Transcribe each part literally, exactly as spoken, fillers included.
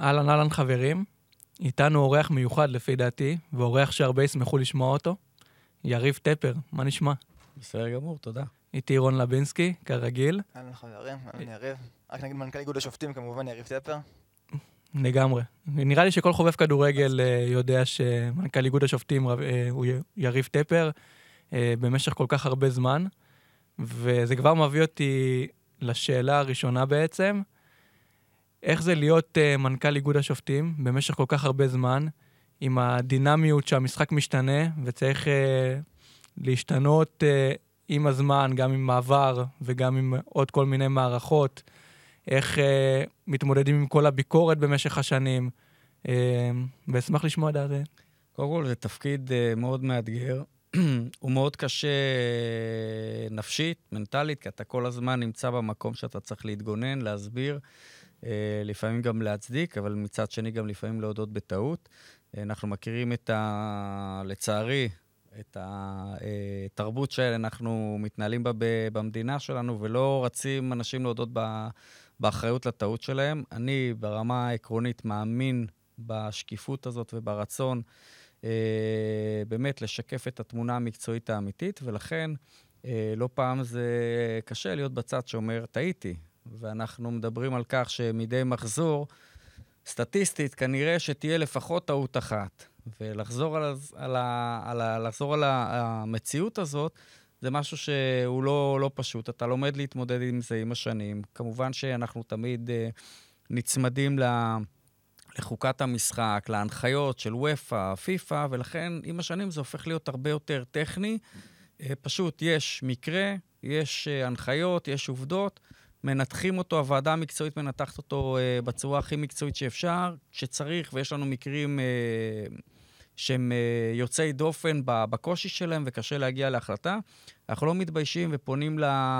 אהלן אהלן חברים, איתנו אורח מיוחד לפי דעתי, ואורח שהרבה ישמחו לשמוע אותו, יריב טפר, מה נשמע? בסדר גמור, תודה. איתי רון לבינסקי, כרגיל. אהלן חברים, אהלן יריב. רק נגיד מנכ"ל איגוד השופטים כמובן יריב טפר. לגמרי. נראה לי שכל חובב כדורגל יודע שמנכ"ל איגוד השופטים הוא יריב טפר במשך כל כך הרבה זמן, וזה כבר מביא אותי לשאלה הראשונה בעצם, איך זה להיות uh, מנכ"ל איגוד השופטים במשך כל כך הרבה זמן, עם הדינמיות שהמשחק משתנה, וצריך uh, להשתנות uh, עם הזמן, גם עם מעבר, וגם עם עוד כל מיני מערכות, איך uh, מתמודדים עם כל הביקורת במשך השנים, uh, ואשמח לשמוע דעת. קודם כל, זה תפקיד uh, מאוד מאתגר, הוא מאוד קשה נפשית, מנטלית, כי אתה כל הזמן נמצא במקום שאתה צריך להתגונן, להסביר, לפעמים גם להצדיק, אבל מצד שני גם לפעמים להודות בטעות. אנחנו מכירים את ה... לצערי, את התרבות שאנחנו מתנהלים בה במדינה שלנו, ולא רצים אנשים להודות באחריות לטעות שלהם. אני ברמה העקרונית מאמין בשקיפות הזאת וברצון באמת לשקף את התמונה המקצועית האמיתית, ולכן לא פעם זה קשה להיות בצד שאומר, טעיתי. ואנחנו מדברים על כך שמדי מחזור, סטטיסטית, כנראה שתהיה לפחות טעות אחת. ולחזור על, על, על, על, לחזור על המציאות הזאת, זה משהו שהוא לא, לא פשוט. אתה לומד להתמודד עם זה עם השנים. כמובן שאנחנו תמיד uh, נצמדים לחוקת המשחק, להנחיות של וופא, פיפא, ולכן עם השנים זה הופך להיות הרבה יותר טכני. Uh, פשוט יש מקרה, יש uh, הנחיות, יש עובדות, מנתחים אותו, הוועדה המקצועית מנתחת אותו uh, בצורה הכי מקצועית שאפשר, כשצריך, ויש לנו מקרים uh, שהם uh, יוצאי דופן בקושי שלהם, וקשה להגיע להחלטה. אנחנו לא מתביישים ופונים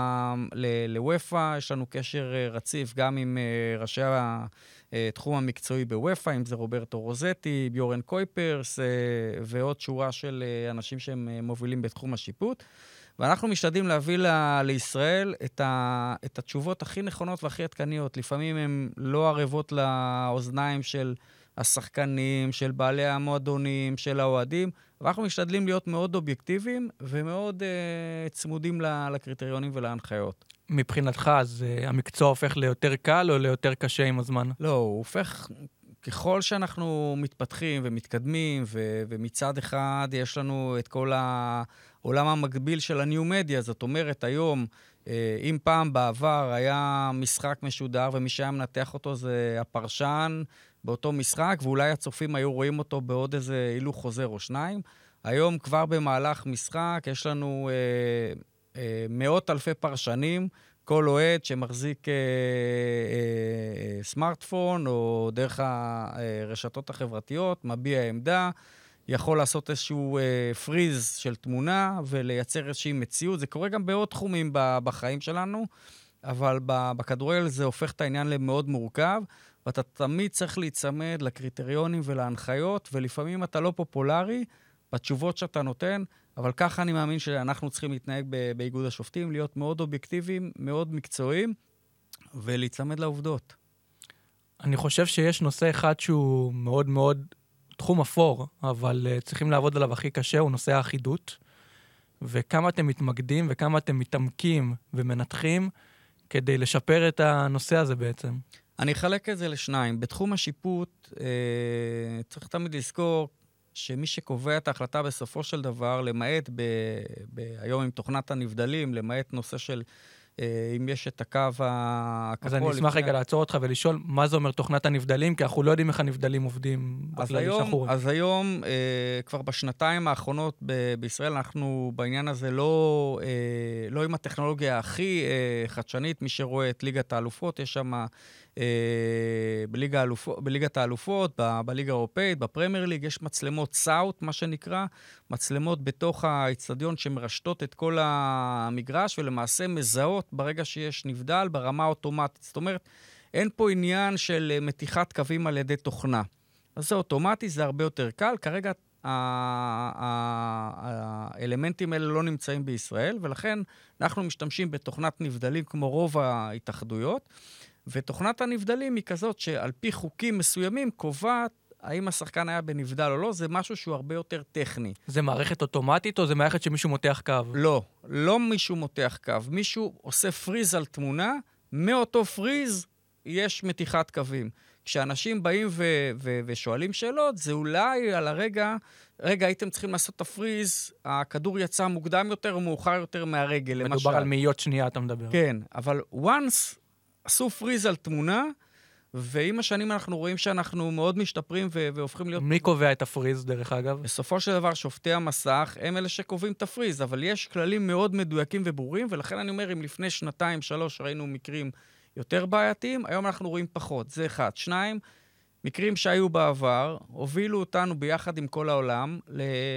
לוופא, יש לנו קשר uh, רציף גם עם uh, ראשי התחום המקצועי בוופא, אם זה רוברטו רוזטי, ביורן קויפרס, uh, ועוד שורה של uh, אנשים שהם uh, מובילים בתחום השיפוט. ואנחנו משתדלים להביא ל- לישראל את, ה- את התשובות הכי נכונות והכי עדכניות. לפעמים הן לא ערבות לאוזניים של השחקנים, של בעלי המועדונים, של האוהדים, ואנחנו משתדלים להיות מאוד אובייקטיביים ומאוד uh, צמודים לקריטריונים ולהנחיות. מבחינתך, אז uh, המקצוע הופך ליותר קל או ליותר קשה עם הזמן? לא, הוא הופך... ככל שאנחנו מתפתחים ומתקדמים, ו- ומצד אחד יש לנו את כל העולם המקביל של הניו-מדיה, זאת אומרת, היום, אם פעם בעבר היה משחק משודר, ומי שהיה מנתח אותו זה הפרשן באותו משחק, ואולי הצופים היו רואים אותו בעוד איזה אילו חוזר או שניים, היום כבר במהלך משחק יש לנו אה, אה, מאות אלפי פרשנים, כל אוהד שמחזיק אה, אה, סמארטפון או דרך הרשתות החברתיות, מביע עמדה, יכול לעשות איזשהו אה, פריז של תמונה ולייצר איזושהי מציאות. זה קורה גם בעוד תחומים בחיים שלנו, אבל בכדורגל זה הופך את העניין למאוד מורכב, ואתה תמיד צריך להיצמד לקריטריונים ולהנחיות, ולפעמים אתה לא פופולרי בתשובות שאתה נותן, אבל ככה אני מאמין שאנחנו צריכים להתנהג באיגוד השופטים, להיות מאוד אובייקטיביים, מאוד מקצועיים, ולהצמד לעובדות. אני חושב שיש נושא אחד שהוא מאוד מאוד תחום אפור, אבל uh, צריכים לעבוד עליו הכי קשה, הוא נושא האחידות. וכמה אתם מתמקדים וכמה אתם מתעמקים ומנתחים כדי לשפר את הנושא הזה בעצם. אני אחלק את זה לשניים. בתחום השיפוט, אה, צריך תמיד לזכור, שמי שקובע את ההחלטה בסופו של דבר, למעט ב, ב, היום עם תוכנת הנבדלים, למעט נושא של אה, אם יש את הקו הכחול... אז אני אשמח רגע לעצור אותך ולשאול, מה זה אומר תוכנת הנבדלים? כי אנחנו לא יודעים איך הנבדלים עובדים בכללי שחור. אז היום, אה, כבר בשנתיים האחרונות ב, בישראל, אנחנו בעניין הזה לא, אה, לא עם הטכנולוגיה הכי אה, חדשנית, מי שרואה את ליגת האלופות, יש שם... בליגה האלופות, בליגת האלופות, ב- בליגה האירופאית, בפרמייר ליג, יש מצלמות סאוט, מה שנקרא, מצלמות בתוך האצטדיון שמרשתות את כל המגרש, ולמעשה מזהות ברגע שיש נבדל ברמה אוטומטית. זאת אומרת, אין פה עניין של מתיחת קווים על ידי תוכנה. אז זה אוטומטי, זה הרבה יותר קל. כרגע האלמנטים האלה לא נמצאים בישראל, ולכן אנחנו משתמשים בתוכנת נבדלים כמו רוב ההתאחדויות, ותוכנת הנבדלים היא כזאת שעל פי חוקים מסוימים קובעת האם השחקן היה בנבדל או לא, זה משהו שהוא הרבה יותר טכני. זה מערכת אוטומטית או זה מערכת שמישהו מותח קו? לא, לא מישהו מותח קו. מישהו עושה פריז על תמונה, מאותו פריז יש מתיחת קווים. כשאנשים באים ו- ו- ושואלים שאלות, זה אולי על הרגע, רגע, הייתם צריכים לעשות את הפריז, הכדור יצא מוקדם יותר או מאוחר יותר מהרגל, למשל. מדובר על מאיות שנייה, אתה מדבר. כן, אבל once עשו פריז על תמונה, ועם השנים אנחנו רואים שאנחנו מאוד משתפרים ו- והופכים להיות... מי קובע את הפריז, דרך אגב? בסופו של דבר, שופטי המסך הם אלה שקובעים את הפריז, אבל יש כללים מאוד מדויקים וברורים, ולכן אני אומר, אם לפני שנתיים, שלוש, ראינו מקרים יותר בעייתיים, היום אנחנו רואים פחות. זה אחד. שניים, מקרים שהיו בעבר, הובילו אותנו ביחד עם כל העולם ל-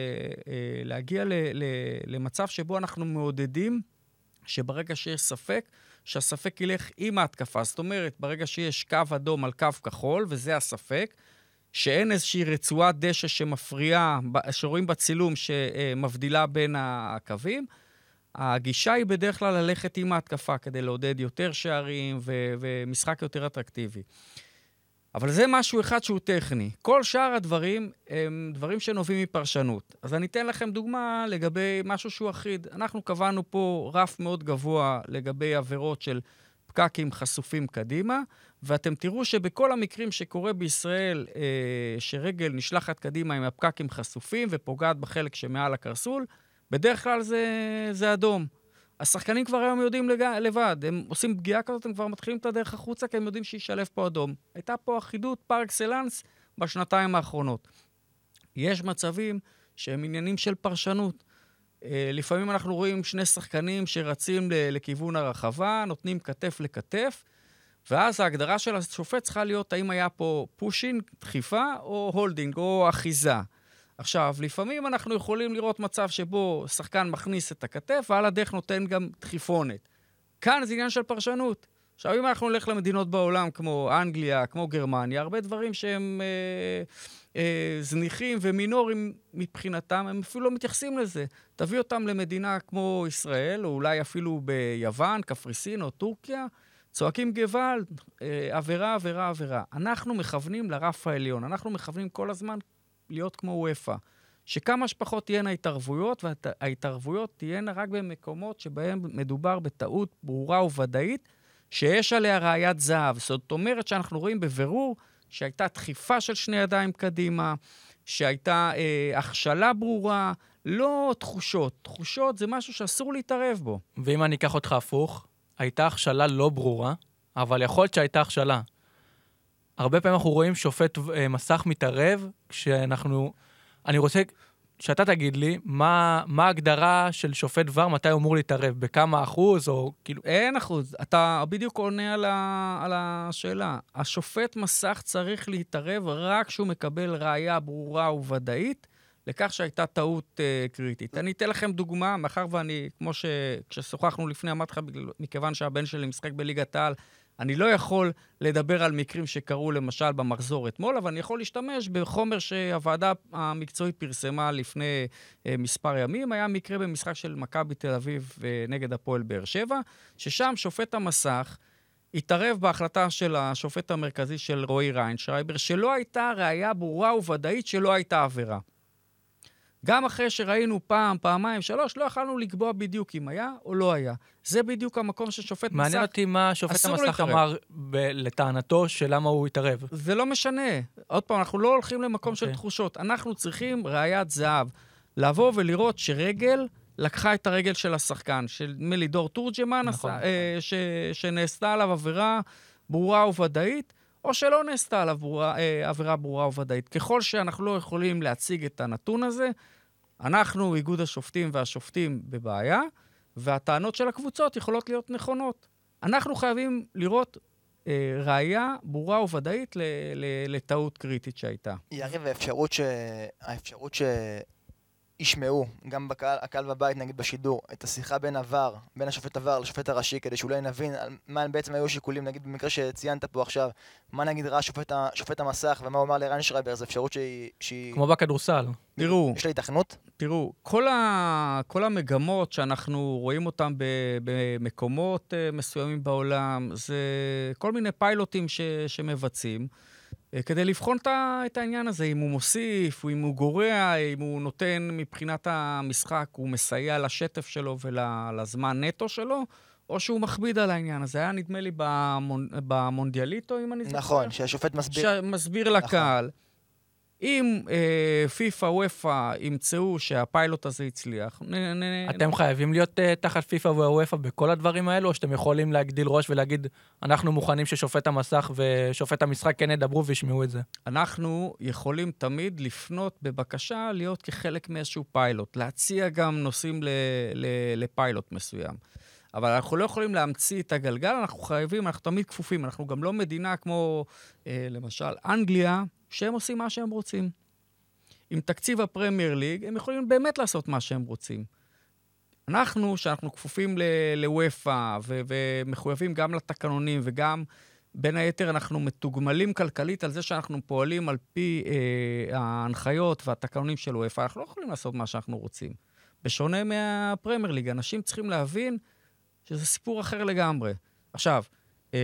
להגיע ל- ל- למצב שבו אנחנו מעודדים שברגע שיש ספק, שהספק ילך עם ההתקפה. זאת אומרת, ברגע שיש קו אדום על קו כחול, וזה הספק, שאין איזושהי רצועת דשא שמפריעה, שרואים בצילום שמבדילה בין הקווים, הגישה היא בדרך כלל ללכת עם ההתקפה, כדי לעודד יותר שערים ו- ומשחק יותר אטרקטיבי. אבל זה משהו אחד שהוא טכני. כל שאר הדברים הם דברים שנובעים מפרשנות. אז אני אתן לכם דוגמה לגבי משהו שהוא אחיד. אנחנו קבענו פה רף מאוד גבוה לגבי עבירות של פקקים חשופים קדימה, ואתם תראו שבכל המקרים שקורה בישראל, אה, שרגל נשלחת קדימה עם הפקקים חשופים ופוגעת בחלק שמעל הקרסול, בדרך כלל זה, זה אדום. השחקנים כבר היום יודעים לג... לבד, הם עושים פגיעה כזאת, הם כבר מתחילים את הדרך החוצה, כי הם יודעים שישלף פה אדום. הייתה פה אחידות פר אקסלנס בשנתיים האחרונות. יש מצבים שהם עניינים של פרשנות. לפעמים אנחנו רואים שני שחקנים שרצים לכיוון הרחבה, נותנים כתף לכתף, ואז ההגדרה של השופט צריכה להיות האם היה פה פושינג, דחיפה, או הולדינג, או אחיזה. עכשיו, לפעמים אנחנו יכולים לראות מצב שבו שחקן מכניס את הכתף, ועל הדרך נותן גם דחיפונת. כאן זה עניין של פרשנות. עכשיו, אם אנחנו נלך למדינות בעולם, כמו אנגליה, כמו גרמניה, הרבה דברים שהם אה, אה, זניחים ומינורים מבחינתם, הם אפילו לא מתייחסים לזה. תביא אותם למדינה כמו ישראל, או אולי אפילו ביוון, קפריסין או טורקיה, צועקים גוואלד, אה, עבירה, עבירה, עבירה. אנחנו מכוונים לרף העליון, אנחנו מכוונים כל הזמן להיות כמו וופא, שכמה שפחות תהיינה התערבויות, וההתערבויות תהיינה רק במקומות שבהם מדובר בטעות ברורה וודאית, שיש עליה ראיית זהב. זאת אומרת שאנחנו רואים בבירור שהייתה דחיפה של שני ידיים קדימה, שהייתה אה, הכשלה ברורה, לא תחושות. תחושות זה משהו שאסור להתערב בו. ואם אני אקח אותך הפוך, הייתה הכשלה לא ברורה, אבל יכול להיות שהייתה הכשלה. הרבה פעמים אנחנו רואים שופט אה, מסך מתערב, כשאנחנו... אני רוצה שאתה תגיד לי, מה, מה ההגדרה של שופט דבר, מתי הוא אמור להתערב? בכמה אחוז, או כאילו... אין אחוז. אתה בדיוק עונה על, ה... על השאלה. השופט מסך צריך להתערב רק כשהוא מקבל ראייה ברורה וודאית, לכך שהייתה טעות uh, קריטית. אני אתן לכם דוגמה, מאחר ואני, כמו ש... כששוחחנו לפני, אמרתי לך, מכיוון שהבן שלי משחק בליגת העל, אני לא יכול לדבר על מקרים שקרו למשל במחזור אתמול, אבל אני יכול להשתמש בחומר שהוועדה המקצועית פרסמה לפני uh, מספר ימים. היה מקרה במשחק של מכבי תל אביב uh, נגד הפועל באר שבע, ששם שופט המסך התערב בהחלטה של השופט המרכזי של רועי ריינשרייבר, שלא הייתה ראייה ברורה וודאית שלא הייתה עבירה. גם אחרי שראינו פעם, פעמיים, שלוש, לא יכולנו לקבוע בדיוק אם היה או לא היה. זה בדיוק המקום ששופט מסך. מעניין אותי מה שופט המסך אמר ב- לטענתו של למה הוא התערב. זה לא משנה. עוד פעם, אנחנו לא הולכים למקום okay. של תחושות. אנחנו צריכים ראיית זהב. לבוא ולראות שרגל לקחה את הרגל של השחקן, של מלידור תורג'מן, נכון. עשה, אה, ש, שנעשתה עליו עבירה ברורה וודאית, או שלא נעשתה עליו ברורה, אה, עבירה ברורה וודאית. ככל שאנחנו לא יכולים להציג את הנתון הזה, אנחנו, איגוד השופטים והשופטים, בבעיה, והטענות של הקבוצות יכולות להיות נכונות. אנחנו חייבים לראות אה, ראייה ברורה וודאית ל, ל, לטעות קריטית שהייתה. יריב, האפשרות ש... האפשרות ש... ישמעו, גם בקהל, הקהל בבית, נגיד בשידור, את השיחה בין עבר, בין השופט עבר לשופט הראשי, כדי שאולי נבין על מה בעצם היו שיקולים, נגיד במקרה שציינת פה עכשיו, מה נגיד ראה שופט, שופט המסך ומה הוא אמר לרן שרייבר, זו אפשרות שהיא... שהיא... כמו בכדורסל. תראו, יש לה התכנות? תראו, כל, ה, כל המגמות שאנחנו רואים אותן במקומות מסוימים בעולם, זה כל מיני פיילוטים ש, שמבצעים, כדי לבחון את העניין הזה, אם הוא מוסיף, אם הוא גורע, אם הוא נותן מבחינת המשחק, הוא מסייע לשטף שלו ולזמן נטו שלו, או שהוא מכביד על העניין הזה. היה נדמה לי במונ... במונדיאליטו, אם אני זוכר. נכון, שהשופט מסביר. שמסביר לקהל. נכון. אם אה, פיפה וויפה ימצאו שהפיילוט הזה הצליח... נ, נ, אתם נ... חייבים להיות uh, תחת פיפה וויפה בכל הדברים האלו, או שאתם יכולים להגדיל ראש ולהגיד, אנחנו מוכנים ששופט המסך ושופט המשחק כן ידברו וישמעו את זה? אנחנו יכולים תמיד לפנות בבקשה להיות כחלק מאיזשהו פיילוט, להציע גם נושאים ל, ל, לפיילוט מסוים. אבל אנחנו לא יכולים להמציא את הגלגל, אנחנו חייבים, אנחנו תמיד כפופים, אנחנו גם לא מדינה כמו, אה, למשל, אנגליה, שהם עושים מה שהם רוצים. עם תקציב הפרמייר ליג, הם יכולים באמת לעשות מה שהם רוצים. אנחנו, שאנחנו כפופים לוופא, ו- ומחויבים גם לתקנונים, וגם, בין היתר, אנחנו מתוגמלים כלכלית על זה שאנחנו פועלים על פי אה, ההנחיות והתקנונים של וופא, אנחנו לא יכולים לעשות מה שאנחנו רוצים. בשונה מהפרמייר ליג, אנשים צריכים להבין שזה סיפור אחר לגמרי. עכשיו, אה,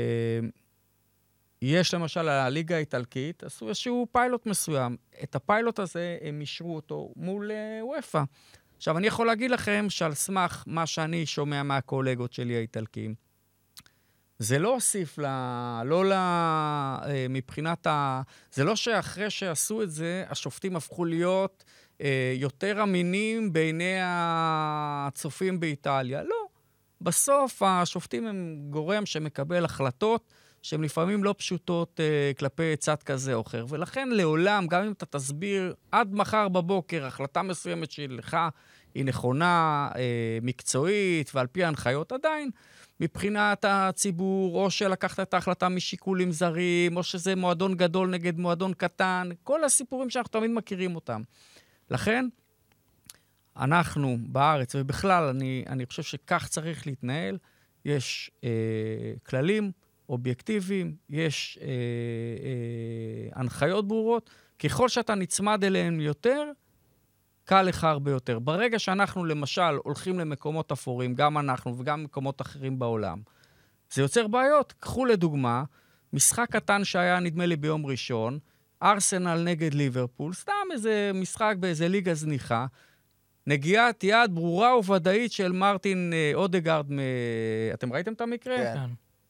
יש למשל הליגה האיטלקית, עשו איזשהו פיילוט מסוים. את הפיילוט הזה הם אישרו אותו מול וופא. עכשיו, אני יכול להגיד לכם שעל סמך מה שאני שומע מהקולגות שלי האיטלקים, זה לא הוסיף ל... לא ל... מבחינת ה... זה לא שאחרי שעשו את זה, השופטים הפכו להיות אה, יותר אמינים בעיני הצופים באיטליה. לא. בסוף השופטים הם גורם שמקבל החלטות שהן לפעמים לא פשוטות אה, כלפי צד כזה או אחר. ולכן לעולם, גם אם אתה תסביר עד מחר בבוקר, החלטה מסוימת שלך היא נכונה, אה, מקצועית ועל פי ההנחיות עדיין, מבחינת הציבור, או שלקחת את ההחלטה משיקולים זרים, או שזה מועדון גדול נגד מועדון קטן, כל הסיפורים שאנחנו תמיד מכירים אותם. לכן, אנחנו בארץ, ובכלל, אני, אני חושב שכך צריך להתנהל, יש אה, כללים אובייקטיביים, יש אה, אה, הנחיות ברורות, ככל שאתה נצמד אליהם יותר, קל לך הרבה יותר. ברגע שאנחנו למשל הולכים למקומות אפורים, גם אנחנו וגם מקומות אחרים בעולם, זה יוצר בעיות. קחו לדוגמה, משחק קטן שהיה נדמה לי ביום ראשון, ארסנל נגד ליברפול, סתם איזה משחק באיזה ליגה זניחה, נגיעת יד ברורה וודאית של מרטין אודגרד, מ... אתם ראיתם את המקרה? כן.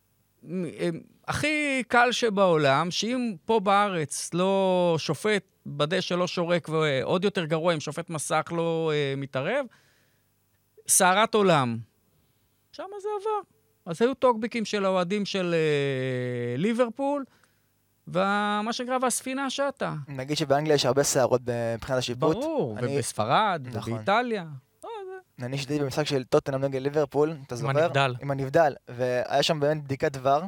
הכי קל שבעולם, שאם פה בארץ לא שופט בדשא לא שורק, ועוד יותר גרוע אם שופט מסך לא uh, מתערב, סערת עולם. שם זה עבר. אז היו טוקבקים של האוהדים של uh, ליברפול, ומה שקרה, והספינה שטה. נגיד שבאנגליה יש הרבה סערות מבחינת השיפוט. ברור, אני... ובספרד, נכון. ובאיטליה. אני שתהי במשחק של טוטנהאם נגד ליברפול, אתה זוכר? עם הנבדל. עם הנבדל. והיה שם באמת בדיקת דבר,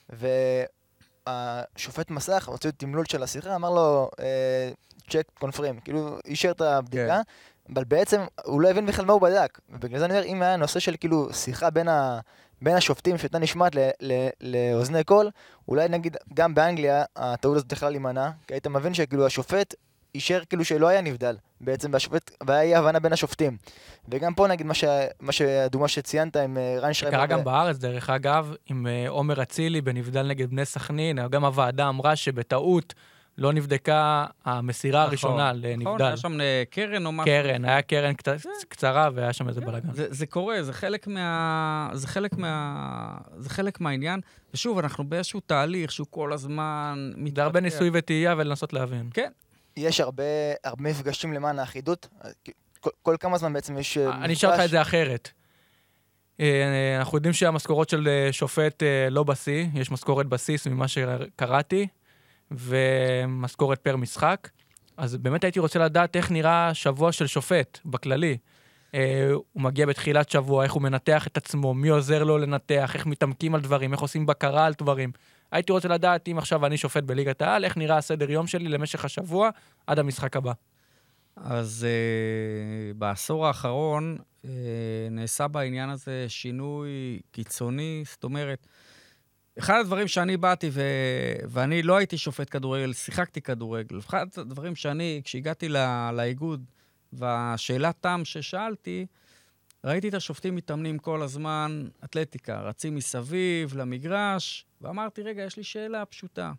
והשופט מסך, הוציא תמלול של השיחה, אמר לו, צ'ק קונפרים, כאילו, אישר את הבדיקה, אבל בעצם הוא לא הבין בכלל מה הוא בדק. ובגלל זה אני אומר, אם היה נושא של כאילו שיחה בין ה... בין השופטים שהייתה נשמעת לאוזני קול, אולי נגיד גם באנגליה הטעות הזאת יכלה להימנע, כי היית מבין שכאילו השופט אישר כאילו שלא היה נבדל, בעצם והשופט, והיה הבנה בין השופטים. וגם פה נגיד מה, ש, מה שהדוגמה שציינת עם רן שרייבר. שקרה גם בארץ, דרך אגב, עם עומר אצילי בנבדל נגד בני סכנין, גם הוועדה אמרה שבטעות לא נבדקה המסירה הראשונה לנבדל. נכון, היה שם קרן או משהו. קרן, היה קרן קצרה והיה שם איזה בלגן. זה קורה, זה חלק מה... זה חלק מה... זה חלק מהעניין. ושוב, אנחנו באיזשהו תהליך שהוא כל הזמן... זה הרבה ניסוי וטעייה ולנסות להבין. כן. יש הרבה, הרבה מפגשים למען האחידות. כל, כל כמה זמן בעצם יש מפגש? אני אשאל לך את זה אחרת. אנחנו יודעים שהמשכורות של שופט לא בשיא, יש משכורת בסיס ממה שקראתי, ומשכורת פר משחק. אז באמת הייתי רוצה לדעת איך נראה שבוע של שופט בכללי. הוא מגיע בתחילת שבוע, איך הוא מנתח את עצמו, מי עוזר לו לנתח, איך מתעמקים על דברים, איך עושים בקרה על דברים. הייתי רוצה לדעת אם עכשיו אני שופט בליגת העל, איך נראה הסדר יום שלי למשך השבוע עד המשחק הבא. אז uh, בעשור האחרון uh, נעשה בעניין הזה שינוי קיצוני, זאת אומרת, אחד הדברים שאני באתי, ו... ואני לא הייתי שופט כדורגל, שיחקתי כדורגל, אחד הדברים שאני, כשהגעתי לא... לאיגוד, והשאלת תם ששאלתי, ראיתי את השופטים מתאמנים כל הזמן, אתלטיקה, רצים מסביב למגרש, ואמרתי, רגע, יש לי שאלה פשוטה.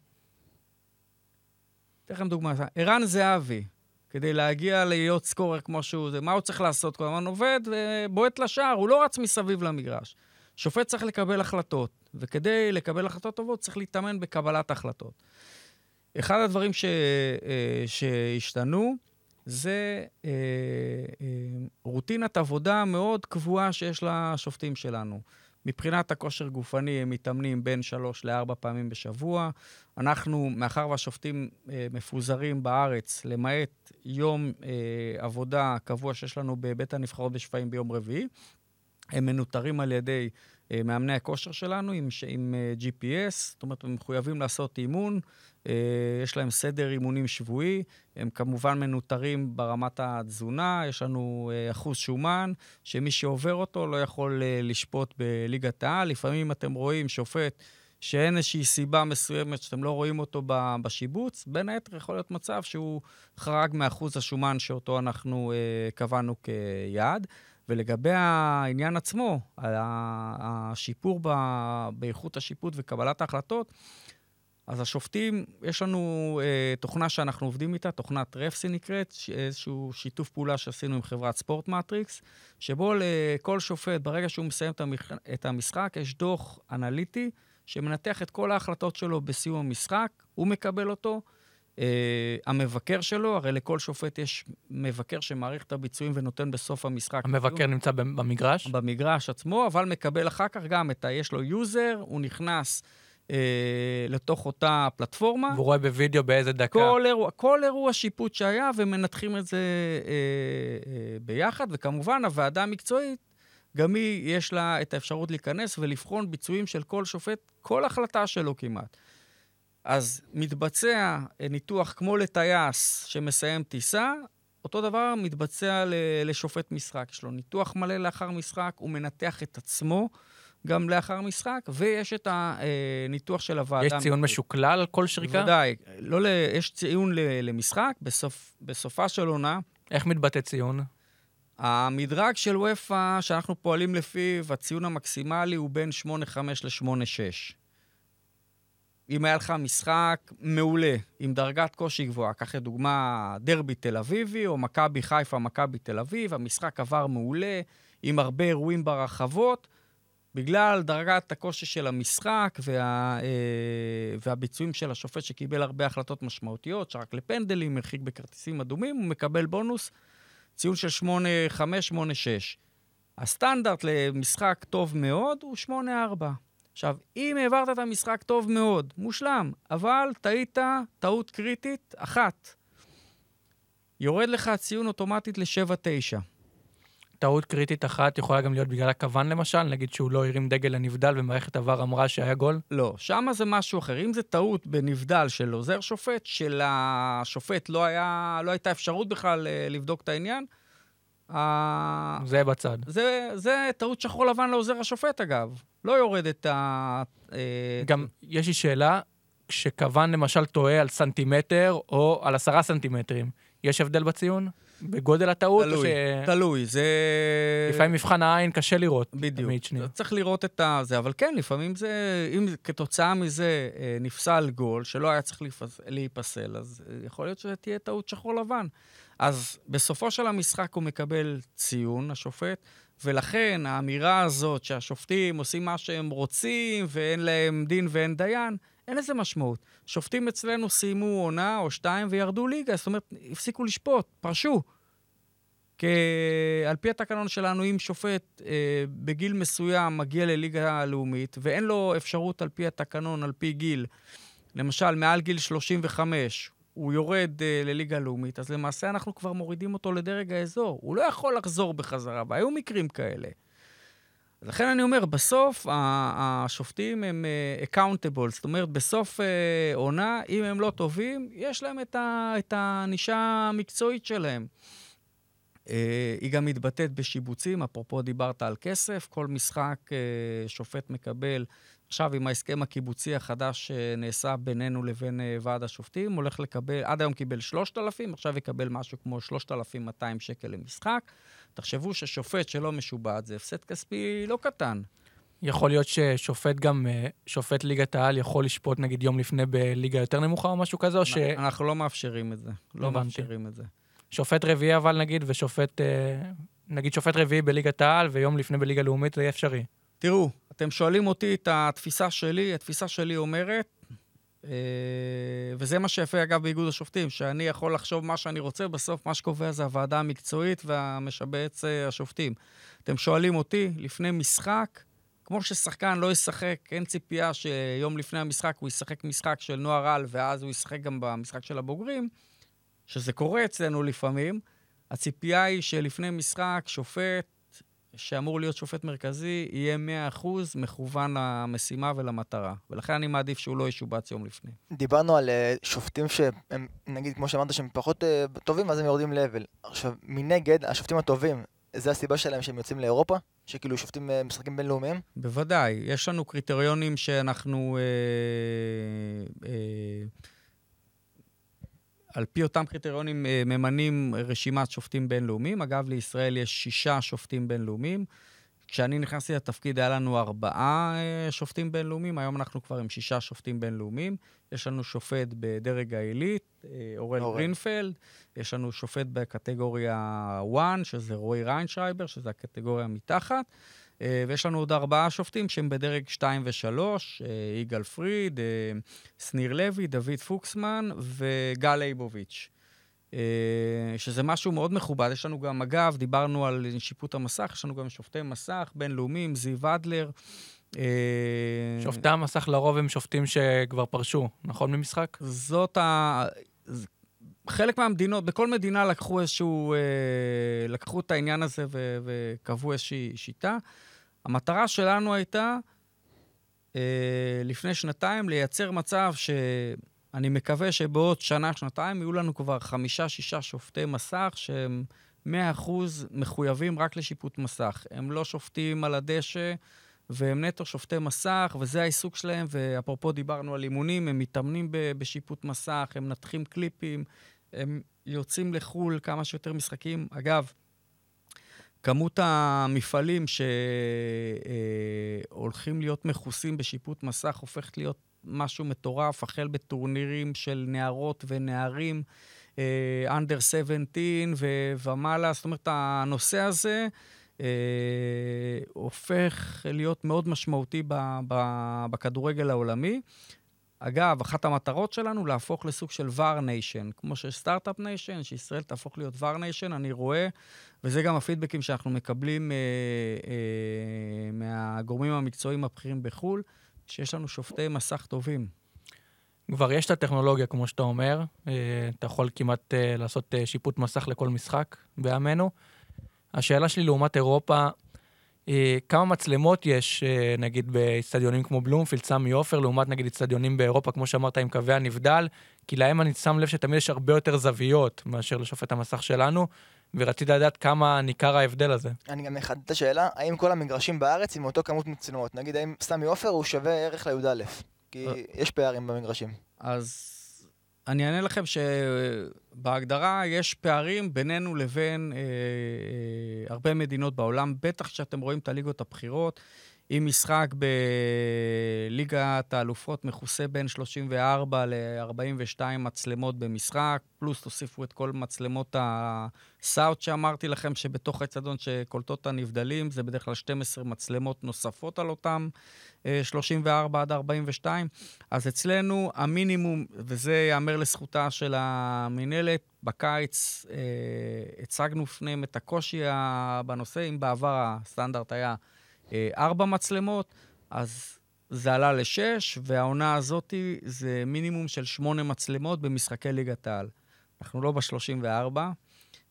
אתן לכם דוגמה, ערן זהבי, כדי להגיע להיות סקורר כמו שהוא, זה, מה הוא צריך לעשות? כל הזמן עובד ובועט לשער, הוא לא רץ מסביב למגרש. שופט צריך לקבל החלטות, וכדי לקבל החלטות טובות צריך להתאמן בקבלת החלטות. אחד הדברים ש, שהשתנו, זה אה, אה, רוטינת עבודה מאוד קבועה שיש לשופטים שלנו. מבחינת הכושר גופני הם מתאמנים בין שלוש לארבע פעמים בשבוע. אנחנו, מאחר והשופטים אה, מפוזרים בארץ, למעט יום אה, עבודה קבוע שיש לנו בבית הנבחרות בשפיים ביום רביעי, הם מנותרים על ידי אה, מאמני הכושר שלנו עם, עם אה, ג'י פי אס, זאת אומרת, הם מחויבים לעשות אימון, אה, יש להם סדר אימונים שבועי, הם כמובן מנותרים ברמת התזונה, יש לנו אה, אחוז שומן, שמי שעובר אותו לא יכול אה, לשפוט בליגת העל. לפעמים אתם רואים שופט שאין איזושהי סיבה מסוימת שאתם לא רואים אותו בשיבוץ, בין היתר יכול להיות מצב שהוא חרג מאחוז השומן שאותו אנחנו אה, קבענו כיעד. ולגבי העניין עצמו, השיפור ב- באיכות השיפוט וקבלת ההחלטות, אז השופטים, יש לנו אה, תוכנה שאנחנו עובדים איתה, תוכנת רפסי נקראת, איזשהו שיתוף פעולה שעשינו עם חברת ספורט מטריקס, שבו לכל שופט, ברגע שהוא מסיים את, המח... את המשחק, יש דוח אנליטי שמנתח את כל ההחלטות שלו בסיום המשחק, הוא מקבל אותו, Uh, המבקר שלו, הרי לכל שופט יש מבקר שמעריך את הביצועים ונותן בסוף המשחק. המבקר ביצוע. נמצא במגרש? במגרש עצמו, אבל מקבל אחר כך גם את ה... יש לו יוזר, הוא נכנס uh, לתוך אותה פלטפורמה. והוא רואה בווידאו באיזה דקה. כל אירוע, כל אירוע שיפוט שהיה, ומנתחים את זה uh, uh, ביחד, וכמובן הוועדה המקצועית, גם היא יש לה את האפשרות להיכנס ולבחון ביצועים של כל שופט, כל החלטה שלו כמעט. אז מתבצע ניתוח כמו לטייס שמסיים טיסה, אותו דבר מתבצע לשופט משחק. יש לו ניתוח מלא לאחר משחק, הוא מנתח את עצמו גם לאחר משחק, ויש את הניתוח של הוועדה. יש ציון משוקלל על כל שריקה? ודאי. לא, יש ציון למשחק, בסוף, בסופה של עונה. איך מתבטא ציון? המדרג של וופא שאנחנו פועלים לפיו, הציון המקסימלי הוא בין שמונה חמש ל-שמונה שש. אם היה לך משחק מעולה, עם דרגת קושי גבוהה, כך לדוגמה דרבי תל אביבי, או מכבי חיפה, מכבי תל אביב, המשחק עבר מעולה, עם הרבה אירועים ברחבות, בגלל דרגת הקושי של המשחק, וה, והביצועים של השופט שקיבל הרבה החלטות משמעותיות, שרק לפנדלים, מרחיק בכרטיסים אדומים, הוא מקבל בונוס, ציון של שמונה חמש, שמונה שש. הסטנדרט למשחק טוב מאוד הוא שמונה ארבע. עכשיו, אם העברת את המשחק טוב מאוד, מושלם, אבל טעית טעות קריטית אחת. יורד לך ציון אוטומטית ל-שבע תשע. טעות קריטית אחת יכולה גם להיות בגלל הכוון למשל, נגיד שהוא לא הרים דגל לנבדל ומערכת עבר אמרה שהיה גול? לא, שמה זה משהו אחר. אם זה טעות בנבדל של עוזר שופט, של השופט לא, היה, לא הייתה אפשרות בכלל לבדוק את העניין, זה בצד. זה, זה טעות שחור לבן לעוזר השופט, אגב. לא יורד את ה... גם יש לי שאלה, כשכוון למשל טועה על סנטימטר או על עשרה סנטימטרים, יש הבדל בציון? בגודל הטעות? תלוי, ש... תלוי. זה... לפעמים מבחן העין קשה לראות. בדיוק. צריך לראות את זה, אבל כן, לפעמים זה, אם כתוצאה מזה נפסל גול, שלא היה צריך להיפסל, אז יכול להיות שתהיה טעות שחור לבן. אז בסופו של המשחק הוא מקבל ציון, השופט, ולכן האמירה הזאת שהשופטים עושים מה שהם רוצים, ואין להם דין ואין דיין, אין איזה משמעות. שופטים אצלנו סיימו עונה או שתיים וירדו ליגה, זאת אומרת, הפסיקו לשפוט, פרשו. כי על פי התקנון שלנו, אם שופט אה, בגיל מסוים מגיע לליגה הלאומית, ואין לו אפשרות על פי התקנון, על פי גיל, למשל, מעל גיל שלושים וחמש, הוא יורד uh, לליגה הלאומית, אז למעשה אנחנו כבר מורידים אותו לדרג האזור. הוא לא יכול לחזור בחזרה, והיו מקרים כאלה. לכן אני אומר, בסוף השופטים הם accountable, זאת אומרת, בסוף עונה, אם הם לא טובים, יש להם את הענישה המקצועית שלהם. היא גם מתבטאת בשיבוצים, אפרופו דיברת על כסף, כל משחק שופט מקבל, עכשיו עם ההסכם הקיבוצי החדש שנעשה בינינו לבין ועד השופטים, הולך לקבל, עד היום קיבל שלושת אלפים, עכשיו יקבל משהו כמו שלושת אלפים ומאתיים שקל למשחק. תחשבו ששופט שלא משובץ, זה הפסד כספי לא קטן. יכול להיות ששופט גם, שופט ליגת העל יכול לשפוט נגיד יום לפני בליגה יותר נמוכה או משהו כזה, או ש... אנחנו לא מאפשרים את זה. לא מאפשרים את זה. שופט רביעי אבל נגיד, ושופט, נגיד שופט רביעי בליגת העל, ויום לפני בליגה לאומית, זה יהיה אפשרי. תראו, אתם שואלים אותי את התפיסה שלי, התפיסה שלי אומרת, וזה מה שיפה אגב באיגוד השופטים, שאני יכול לחשוב מה שאני רוצה, בסוף מה שקובע זה הוועדה המקצועית והמשבץ השופטים. אתם שואלים אותי, לפני משחק, כמו ששחקן לא ישחק, אין ציפייה שיום לפני המשחק הוא ישחק משחק של נוער על, ואז הוא ישחק גם במשחק של הבוגרים, שזה קורה אצלנו לפעמים, הציפייה היא שלפני משחק, שופט, שאמור להיות שופט מרכזי, יהיה מאה אחוז מכוון למשימה ולמטרה. ולכן אני מעדיף שהוא לא ישובץ יום לפני. דיברנו על uh, שופטים שהם, נגיד, כמו שאמרת, שהם פחות uh, טובים, אז הם יורדים לבל. עכשיו, מנגד, השופטים הטובים, זה הסיבה שלהם שהם יוצאים לאירופה? שכאילו שופטים uh, משחקים בינלאומיים? בוודאי. יש לנו קריטריונים שאנחנו... Uh, uh, על פי אותם קריטריונים ממנים רשימת שופטים בינלאומיים. אגב, לישראל יש שישה שופטים בינלאומיים. כשאני נכנסתי לתפקיד, היה לנו ארבעה שופטים בינלאומיים. היום אנחנו כבר עם שישה שופטים בינלאומיים. יש לנו שופט בדרג העילית, אורל גרינפלד. יש לנו שופט בקטגוריה אחת, שזה רועי ריינשרייבר, שזה הקטגוריה מתחת. ויש לנו עוד ארבעה שופטים שהם בדרג שתיים ושלוש, יגאל פריד, שניר לוי, דוד פוקסמן וגל ליבוביץ'. שזה משהו מאוד מכובד. יש לנו גם, אגב, דיברנו על שיפוט המסך, יש לנו גם שופטי מסך בינלאומיים, זיו אדלר. שופטי המסך לרוב הם שופטים שכבר פרשו, נכון ממשחק? זאת ה... חלק מהמדינות, בכל מדינה לקחו איזשהו, לקחו את העניין הזה וקבעו איזושהי שיטה. המטרה שלנו הייתה, לפני שנתיים, לייצר מצב שאני מקווה שבעוד שנה, שנתיים, יהיו לנו כבר חמישה, שישה שופטי מסך, שהם מאה אחוז מחויבים רק לשיפוט מסך. הם לא שופטים על הדשא, והם נטו שופטי מסך, וזה העיסוק שלהם, ואפרופו דיברנו על אימונים, הם מתאמנים בשיפוט מסך, הם נתחים קליפים, הם יוצאים לחול כמה שיותר משחקים. אגב, כמות המפעלים שהולכים להיות מחוסים בשיפוט מסך הופכת להיות משהו מטורף, החל בטורנירים של נערות ונערים, אנדר שבע עשרה ומעלה. זאת אומרת, הנושא הזה הופך להיות מאוד משמעותי בכדורגל העולמי. אגב, אחת המטרות שלנו להפוך לסוג של ור ניישן, כמו שיש סטארט-אפ ניישן, שישראל תהפוך להיות ור ניישן, אני רואה, וזה גם הפידבקים שאנחנו מקבלים אה, אה, מהגורמים המקצועיים הבכירים בחול, שיש לנו שופטי מסך טובים. כבר יש את הטכנולוגיה, כמו שאתה אומר, אה, אתה יכול כמעט אה, לעשות אה, שיפוט מסך לכל משחק בימינו. השאלה שלי לעומת אירופה, כמה מצלמות יש, נגיד, באצטדיונים כמו בלומפילד, סמי עופר, לעומת, נגיד, אצטדיונים באירופה, כמו שאמרת, עם קווי הנבדל, כי להם אני שם לב שתמיד יש הרבה יותר זוויות מאשר לשופט המסך שלנו, ורציתי לדעת כמה ניכר ההבדל הזה. אני גם מחדד את השאלה, האם כל המגרשים בארץ עם אותו כמות מצלמות? נגיד, האם סמי עופר הוא שווה ערך לי"א? כי יש פערים במגרשים. אז אני אענה לכם שבהגדרה יש פערים בינינו לבין אה, אה, הרבה מדינות בעולם, בטח שאתם רואים את הליגות הבכירות, אם משחק בליגת האלופות מכוסה בין שלושים וארבע ל-ארבעים ושתיים מצלמות במשחק, פלוס תוסיפו את כל מצלמות הסאוט שאמרתי לכם שבתוך האצטדיון שקולטות את הנבדלים, זה בדרך כלל שתים עשרה מצלמות נוספות על אותם שלושים וארבע עד ארבעים ושתיים. אז אצלנו המינימום, וזה יאמר לזכותה של המנהלת, בקיץ אה, הצגנו פניהם את הקושי בנושא, אם בעבר הסטנדרט היה ארבע מצלמות, אז זה עלה לשש, והעונה הזאת זה מינימום של שמונה מצלמות במשחקי ליגת העל. אנחנו לא ב-שלושים וארבע,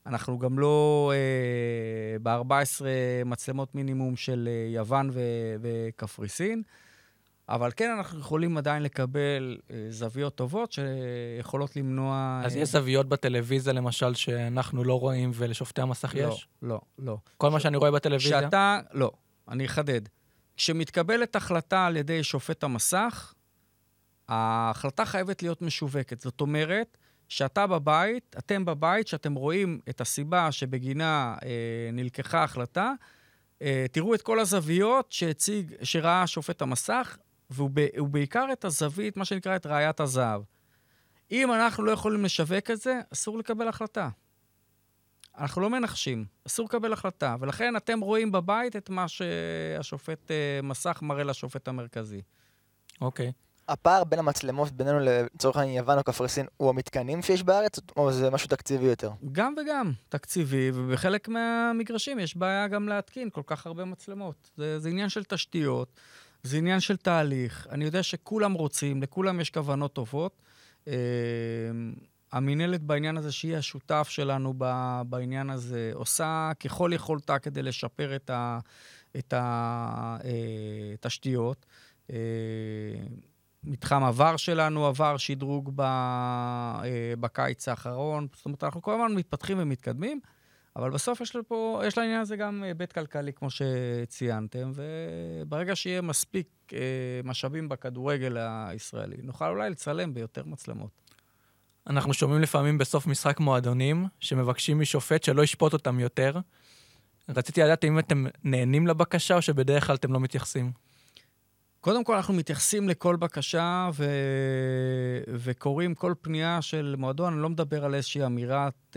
אנחנו גם לא אה, ב-ארבע עשרה מצלמות מינימום של אה, יוון ו- וקפריסין, אבל כן אנחנו יכולים עדיין לקבל אה, זוויות טובות שיכולות למנוע... אז אה, יש זוויות בטלוויזיה למשל שאנחנו לא רואים ולשופטי המסך לא, יש? לא, לא. כל מה שאני רואה בטלוויזיה? שאתה... לא, אני אחדד. כשמתקבלת החלטה על ידי שופט המסך, ההחלטה חייבת להיות משווקת. זאת אומרת, שאתה בבית, אתם בבית, שאתם רואים את הסיבה שבגינה אה, נלקחה החלטה, אה, תראו את כל הזוויות שהציג, שראה שופט המסך, והוא ב, בעיקר את הזווית, מה שנקרא את ראיית הזהב. אם אנחנו לא יכולים לשווק את זה, אסור לקבל החלטה. אנחנו לא מנחשים, אסור לקבל החלטה, ולכן אתם רואים בבית את מה שהשופט אה, מסך מראה לשופט המרכזי. אוקיי. הפער בין המצלמות בינינו לצורך העניין יוון או קפריסין הוא המתקנים שיש בארץ, או זה משהו תקציבי יותר? גם וגם, תקציבי, ובחלק מהמגרשים יש בעיה גם להתקין כל כך הרבה מצלמות. זה, זה עניין של תשתיות, זה עניין של תהליך. אני יודע שכולם רוצים, לכולם יש כוונות טובות. אה, המנהלת בעניין הזה, שהיא השותף שלנו ב, בעניין הזה, עושה ככל יכולתה כדי לשפר את ה, את התשתיות. אה, מתחם עבר שלנו עבר שדרוג ב, בקיץ האחרון. זאת אומרת, אנחנו כל הזמן מתפתחים ומתקדמים, אבל בסוף יש פה, יש לעניין הזה גם בית כלכלי, כמו שציינתם, וברגע שיהיה מספיק משאבים בכדורגל הישראלי, נוכל אולי לצלם ביותר מצלמות. אנחנו שומעים לפעמים בסוף משחק מועדונים, שמבקשים משופט שלא ישפוט אותם יותר. רציתי לדעת אם אתם נהנים לבקשה, או שבדרך כלל אתם לא מתייחסים. קודם כל, אנחנו מתייחסים לכל בקשה ו... וקוראים כל פנייה של מועדון. אני לא מדבר על איזושהי אמירת, אה,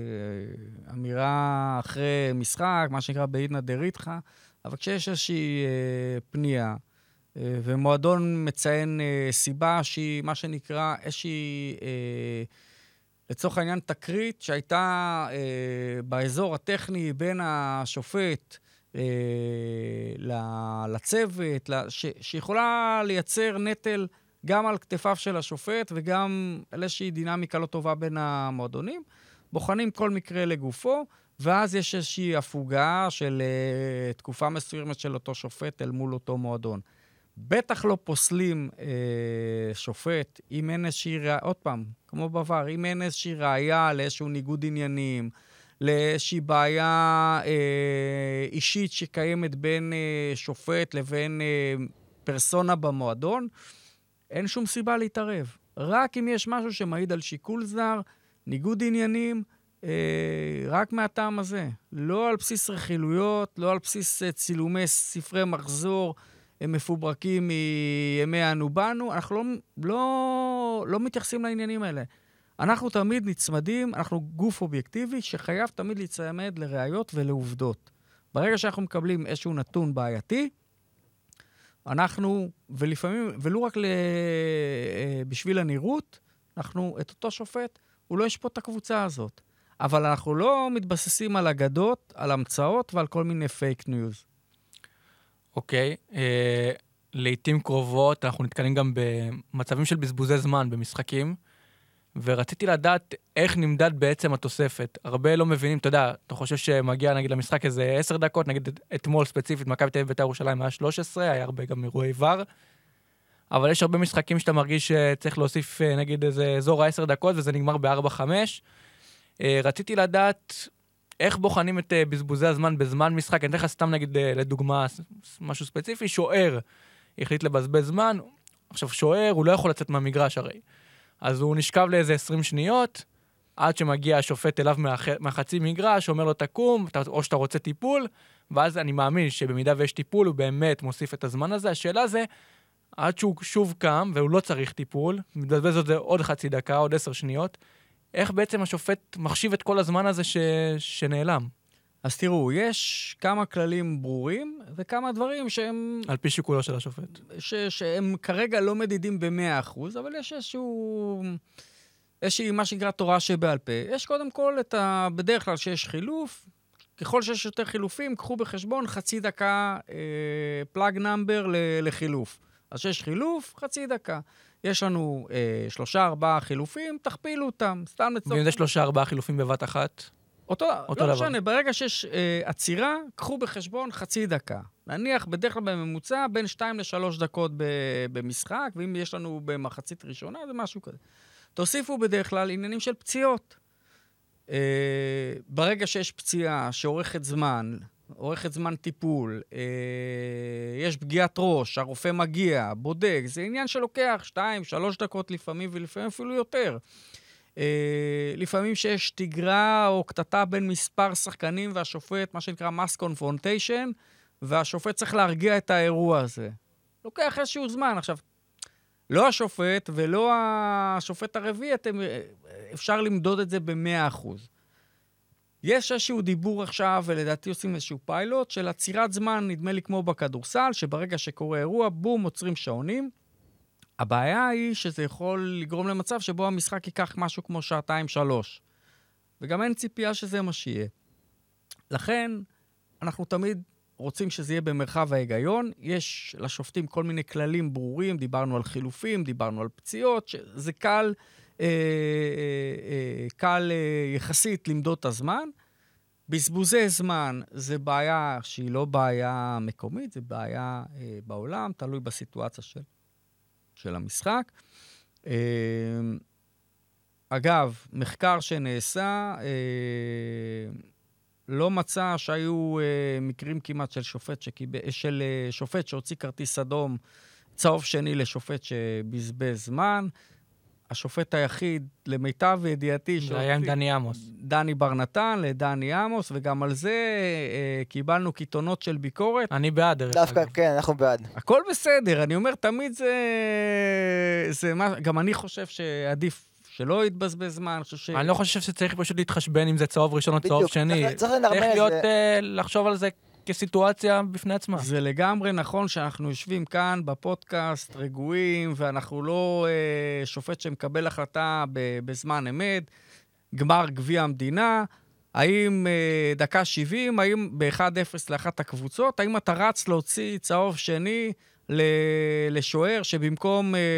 אמירה אחרי משחק, מה שנקרא בעידנא דריתחא, אבל כשיש איזושהי אה, פנייה, אה, ומועדון מציין אה, סיבה שהיא, מה שנקרא, איזושהי, אה, לצורך העניין, תקרית שהייתה אה, באזור הטכני בין השופט, לצוות, שיכולה לייצר נטל גם על כתפיו של השופט וגם על איזושהי דינמיקה לא טובה בין המועדונים. בוחנים כל מקרה לגופו, ואז יש איזושהי הפוגה של תקופה מסוימת של אותו שופט אל מול אותו מועדון. בטח לא פוסלים שופט אם אין איזושהי ראיה, עוד פעם, כמו בעבר, אם אין איזושהי ראיה לאיזשהו ניגוד עניינים, לאיזושהי בעיה אה, אישית שקיימת בין אה, שופט לבין אה, פרסונה במועדון, אין שום סיבה להתערב. רק אם יש משהו שמעיד על שיקול זר, ניגוד עניינים, אה, רק מהטעם הזה. לא על בסיס רכילויות, לא על בסיס אה, צילומי ספרי מחזור, הם מפוברקים מימי אנו בנו, אנחנו לא, לא, לא מתייחסים לעניינים האלה. אנחנו תמיד נצמדים, אנחנו גוף אובייקטיבי שחייב תמיד להצמד לראיות ולעובדות. ברגע שאנחנו מקבלים איזשהו נתון בעייתי, אנחנו, ולפעמים, ולא רק בשביל הנראות, אנחנו, את אותו שופט, הוא לא ישפוט את הקבוצה הזאת. אבל אנחנו לא מתבססים על אגדות, על המצאות ועל כל מיני פייק ניוז. אוקיי. אה, לעתים קרובות אנחנו נתקלים גם במצבים של בזבוזי זמן במשחקים, ורציתי לדעת איך נמדד בעצם התוספת. הרבה לא מבינים, אתה יודע, אתה חושב שמגיע נגיד למשחק איזה עשר דקות, נגיד אתמול ספציפית, מכבי תל אביב בית"ר ירושלים היה שלוש עשרה, היה הרבה גם אירועי ור, אבל יש הרבה משחקים שאתה מרגיש שצריך להוסיף נגיד איזה אזור ה-עשר דקות, וזה נגמר ב-ארבע חמש. רציתי לדעת איך בוחנים את בזבוזי הזמן בזמן משחק. אני אתן לך סתם נגיד לדוגמה משהו ספציפי, שוער החליט לבזבז זמן, עכשיו שוער הוא לא יכול לצאת מהמגרש הרי. אז הוא נשכב לאיזה עשרים שניות, עד שמגיע השופט אליו מהח... מהחצי מגרש, אומר לו תקום, או שאתה רוצה טיפול, ואז אני מאמין שבמידה ויש טיפול, הוא באמת מוסיף את הזמן הזה. השאלה זה, עד שהוא שוב קם, והוא לא צריך טיפול, מדבז את זה עוד חצי דקה, עוד עשר שניות, איך בעצם השופט מחשיב את כל הזמן הזה ש... שנעלם? אז תראו, יש כמה כללים ברורים, וכמה דברים שהם... על פי שיקולו של השופט. ש... שהם כרגע לא מדידים ב-מאה אחוז, אבל יש איזשהו... איזושהי מה שנקרא תורה שבעל פה. יש קודם כל את ה... בדרך כלל שיש חילוף, ככל שיש יותר חילופים, קחו בחשבון חצי דקה פלאג אה, נאמבר לחילוף. אז שיש חילוף, חצי דקה. יש לנו אה, שלושה, ארבעה חילופים, תכפילו אותם. סתם לצורך... ואם זה שלושה, ארבעה חילופים בבת אחת? אותו, אותו לא דבר. משנה, ברגע שיש אה, עצירה, קחו בחשבון חצי דקה. נניח בדרך כלל בממוצע בין שתיים לשלוש דקות ב, במשחק, ואם יש לנו במחצית ראשונה, זה משהו כזה. תוסיפו בדרך כלל עניינים של פציעות. אה, ברגע שיש פציעה שאורכת זמן, אורכת זמן טיפול, אה, יש פגיעת ראש, הרופא מגיע, בודק, זה עניין שלוקח שתיים, שלוש דקות לפעמים, ולפעמים אפילו יותר. אה, לפעמים שיש תגרה או קטטה בין מספר שחקנים והשופט, מה שנקרא mass confrontation, והשופט צריך להרגיע את האירוע הזה. לוקח איזשהו זמן. עכשיו, לא השופט ולא השופט הרביעי, אתם, אפשר למדוד את זה ב-מאה אחוז. יש איזשהו דיבור עכשיו, ולדעתי עושים איזשהו פיילוט, של עצירת זמן, נדמה לי כמו בכדורסל, שברגע שקורה אירוע, בום, עוצרים שעונים. הבעיה היא שזה יכול לגרום למצב שבו המשחק ייקח משהו כמו שעתיים, שלוש. וגם אין ציפייה שזה מה שיהיה. לכן, אנחנו תמיד רוצים שזה יהיה במרחב ההיגיון. יש לשופטים כל מיני כללים ברורים, דיברנו על חילופים, דיברנו על פציעות, שזה קל, אה, אה, אה, קל אה, יחסית למדוד את הזמן. בזבוזי זמן זה בעיה שהיא לא בעיה מקומית, זה בעיה אה, בעולם, תלוי בסיטואציה של, של המשחק. אה, אגב, מחקר שנעשה, אה, לא מצא שהיו אה, מקרים כמעט של שופט, שקיבל, של אה, שופט שהוציא כרטיס אדום, צהוב שני לשופט שבזבז זמן. השופט היחיד, למיטב ידיעתי, זה היה עם דני עמוס. דני בר נתן לדני עמוס, וגם על זה אה, קיבלנו קיתונות של ביקורת. אני בעד, דרך דווקא, אגב. כן, אנחנו בעד. הכל בסדר, אני אומר, תמיד זה... זה מה, גם אני חושב שעדיף שלא יתבזבז זמן, אני חושב ש... אני לא חושב שצריך פשוט להתחשבן אם זה צהוב ראשון או צהוב בדיוק, שני. צריך- צריך לנרמל צריך את להיות, זה. אה, לחשוב על זה כסיטואציה בפני עצמה. זה לגמרי נכון שאנחנו יושבים כאן בפודקאסט רגועים, ואנחנו לא אה, שופט שמקבל החלטה ב- בזמן אמת, גמר גביע המדינה, האם אה, דקה שבעים, האם ב-אחד אפס לאחת הקבוצות, האם אתה רץ להוציא צהוב שני ל- לשוער שבמקום אה, אה,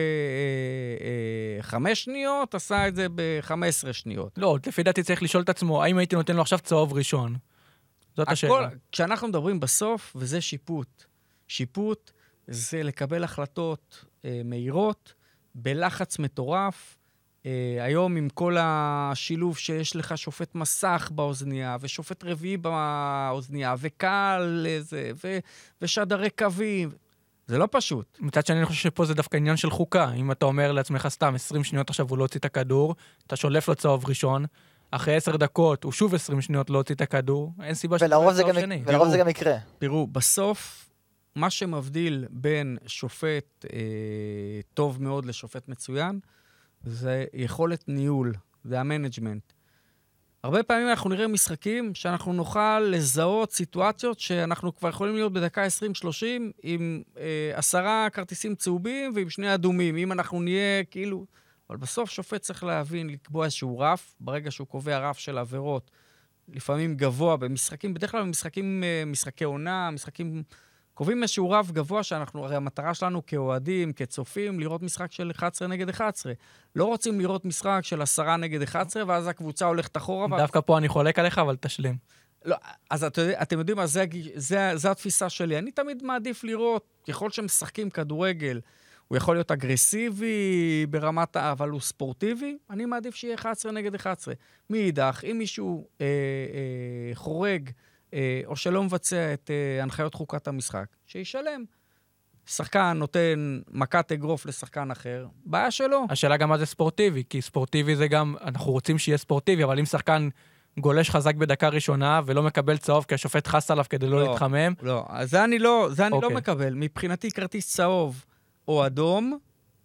אה, חמש שניות, עשה את זה ב-חמש עשרה שניות. לא, לפי דעתי צריך לשאול את עצמו, האם הייתי נותן לו עכשיו צהוב ראשון? זאת הכל, השאלה. כשאנחנו מדברים בסוף, וזה שיפוט. שיפוט זה לקבל החלטות אה, מהירות, בלחץ מטורף. אה, היום עם כל השילוב שיש לך שופט מסך באוזנייה, ושופט רביעי באוזנייה, וקל זה, ו- ושדרי קווים. זה לא פשוט. מצד שני, אני חושב שפה זה דווקא עניין של חוקה. אם אתה אומר לעצמך סתם, עשרים שניות עכשיו הוא לא הוציא את הכדור, אתה שולף לו צהוב ראשון, אחרי עשר דקות הוא שוב עשרים שניות לא הוציא את הכדור, אין סיבה שזה ולרוב לא זה צהוב גם- שני. ולרוב זה גם יקרה. תראו, בסוף, מה שמבדיל בין שופט אה, טוב מאוד לשופט מצוין, זה יכולת ניהול, זה המנג'מנט. הרבה פעמים אנחנו נראה משחקים שאנחנו נוכל לזהות סיטואציות שאנחנו כבר יכולים להיות בדקה עשרים שלושים עם אה, עשרה כרטיסים צהובים ועם שני אדומים. אם אנחנו נהיה כאילו... אבל בסוף שופט צריך להבין, לקבוע איזשהו רף, ברגע שהוא קובע רף של עבירות, לפעמים גבוה במשחקים, בדרך כלל במשחקים, אה, משחקי עונה, משחקים... קובעים איזשהו רף גבוה שאנחנו, הרי המטרה שלנו כאוהדים, כצופים, לראות משחק של אחת עשרה נגד אחת עשרה. לא רוצים לראות משחק של עשרה נגד אחת עשרה, ואז הקבוצה הולכת אחורה. דווקא פה אני חולק עליך, אבל תשלים. לא, אז את, אתם יודעים מה, זה, זה, זה התפיסה שלי. אני תמיד מעדיף לראות, ככל שמשחקים כדורגל, הוא יכול להיות אגרסיבי ברמת, אבל הוא ספורטיבי, אני מעדיף שיהיה אחת עשרה נגד אחת עשרה. מאידך, אם מישהו אה, אה, חורג, או שלא מבצע את uh, הנחיות חוקת המשחק, שישלם. שחקן נותן מכת אגרוף לשחקן אחר, בעיה שלו. השאלה גם מה זה ספורטיבי, כי ספורטיבי זה גם, אנחנו רוצים שיהיה ספורטיבי, אבל אם שחקן גולש חזק בדקה ראשונה ולא מקבל צהוב כי השופט חס עליו כדי לא, לא להתחמם. לא, אז זה אני לא, זה אני אוקיי. לא מקבל. מבחינתי כרטיס צהוב או אדום,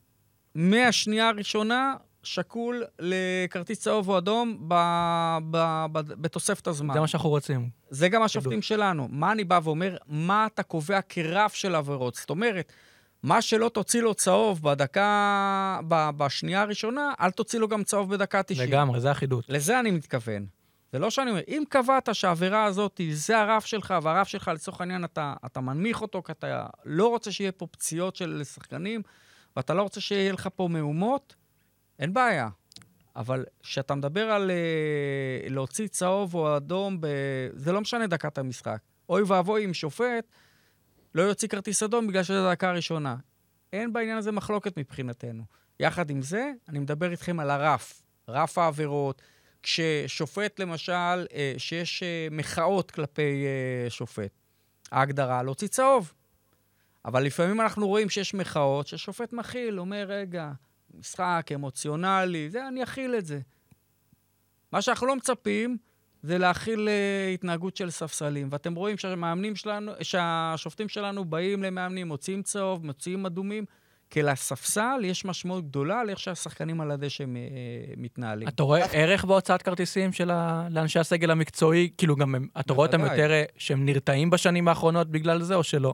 מהשנייה הראשונה שקול לכרטיס צהוב או אדום ב, ב, ב, בתוספת הזמן. זה מה שאנחנו רוצים. זה גם השופטים שלנו. מה אני בא ואומר? מה אתה קובע כרף של עבירות? זאת אומרת, מה שלא תוציא לו צהוב בדקה, ב, בשנייה הראשונה, אל תוציא לו גם צהוב בדקה תשעים. לגמרי, זה החידוש. לזה אני מתכוון. זה לא שאני אומר, אם קבעת שהעבירה הזאת, זה הרף שלך, והרף שלך לצורך העניין, אתה, אתה מנמיך אותו, כי אתה לא רוצה שיהיה פה פציעות של שחקנים, ואתה לא רוצה שיהיה לך פה מהומות, אין בעיה. אבל כשאתה מדבר על uh, להוציא צהוב או אדום, ב... זה לא משנה דקת המשחק. אוי ואבוי עם שופט, לא יוציא כרטיס אדום בגלל שזה דקה הראשונה. אין בעניין הזה מחלוקת מבחינתנו. יחד עם זה, אני מדבר איתכם על הרף, רף העבירות, כששופט למשל, אה, שיש אה, מחאות כלפי אה, שופט. ההגדרה, להוציא צהוב. אבל לפעמים אנחנו רואים שיש מחאות, ששופט מכיל, אומר, רגע, משחק אמוציונלי, זה, אני אכיל את זה. מה שאנחנו לא מצפים, זה להכיל uh, התנהגות של ספסלים. ואתם רואים שהמאמנים שלנו, שהשופטים שלנו באים למאמנים, מוציאים צהוב, מוציאים אדומים, כי לספסל יש משמעות גדולה על איך שהשחקנים על הדשא uh, מתנהלים. אתה רואה ערך בהוצאת כרטיסים של ה... לאנשי הסגל המקצועי? כאילו גם הם, אתה רואה אותם יותר שהם נרתעים בשנים האחרונות בגלל זה או שלא?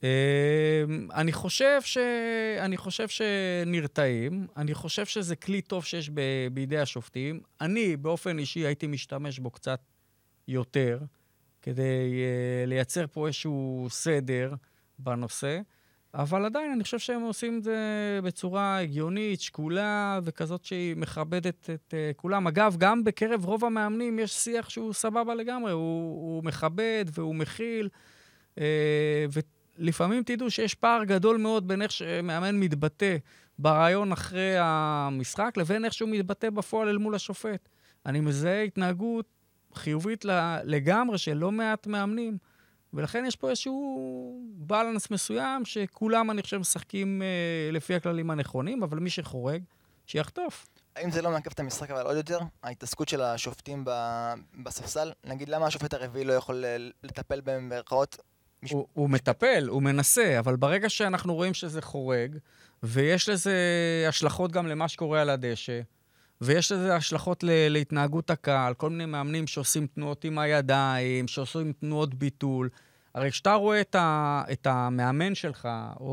אני חושב ש... אני חושב שנרתעים, אני חושב שזה כלי טוב שיש ב... בידי השופטים. אני באופן אישי הייתי משתמש בו קצת יותר, כדי uh, לייצר פה איזשהו סדר בנושא, אבל עדיין אני חושב שהם עושים את זה בצורה הגיונית, שקולה, וכזאת שהיא מכבדת את uh, כולם. אגב, גם בקרב רוב המאמנים יש שיח שהוא סבבה לגמרי, הוא, הוא מכבד והוא מכיל, uh, ו... לפעמים תדעו שיש פער גדול מאוד בין איך שמאמן מתבטא ברעיון אחרי המשחק, לבין איך שהוא מתבטא בפועל אל מול השופט. אני מזהה התנהגות חיובית לגמרי של לא מעט מאמנים, ולכן יש פה איזשהו בלנס מסוים, שכולם, אני חושב, משחקים אה, לפי הכללים הנכונים, אבל מי שחורג, שיחטוף. האם זה לא מעכב את המשחק, אבל עוד יותר? ההתעסקות של השופטים ב- בספסל? נגיד, למה השופט הרביעי לא יכול לטפל בהם בערכאות? הוא, הוא מטפל, הוא מנסה, אבל ברגע שאנחנו רואים שזה חורג, ויש לזה השלכות גם למה שקורה על הדשא, ויש לזה השלכות ל- להתנהגות הקהל, כל מיני מאמנים שעושים תנועות עם הידיים, שעושים תנועות ביטול. הרי כשאתה רואה את, ה- את המאמן שלך,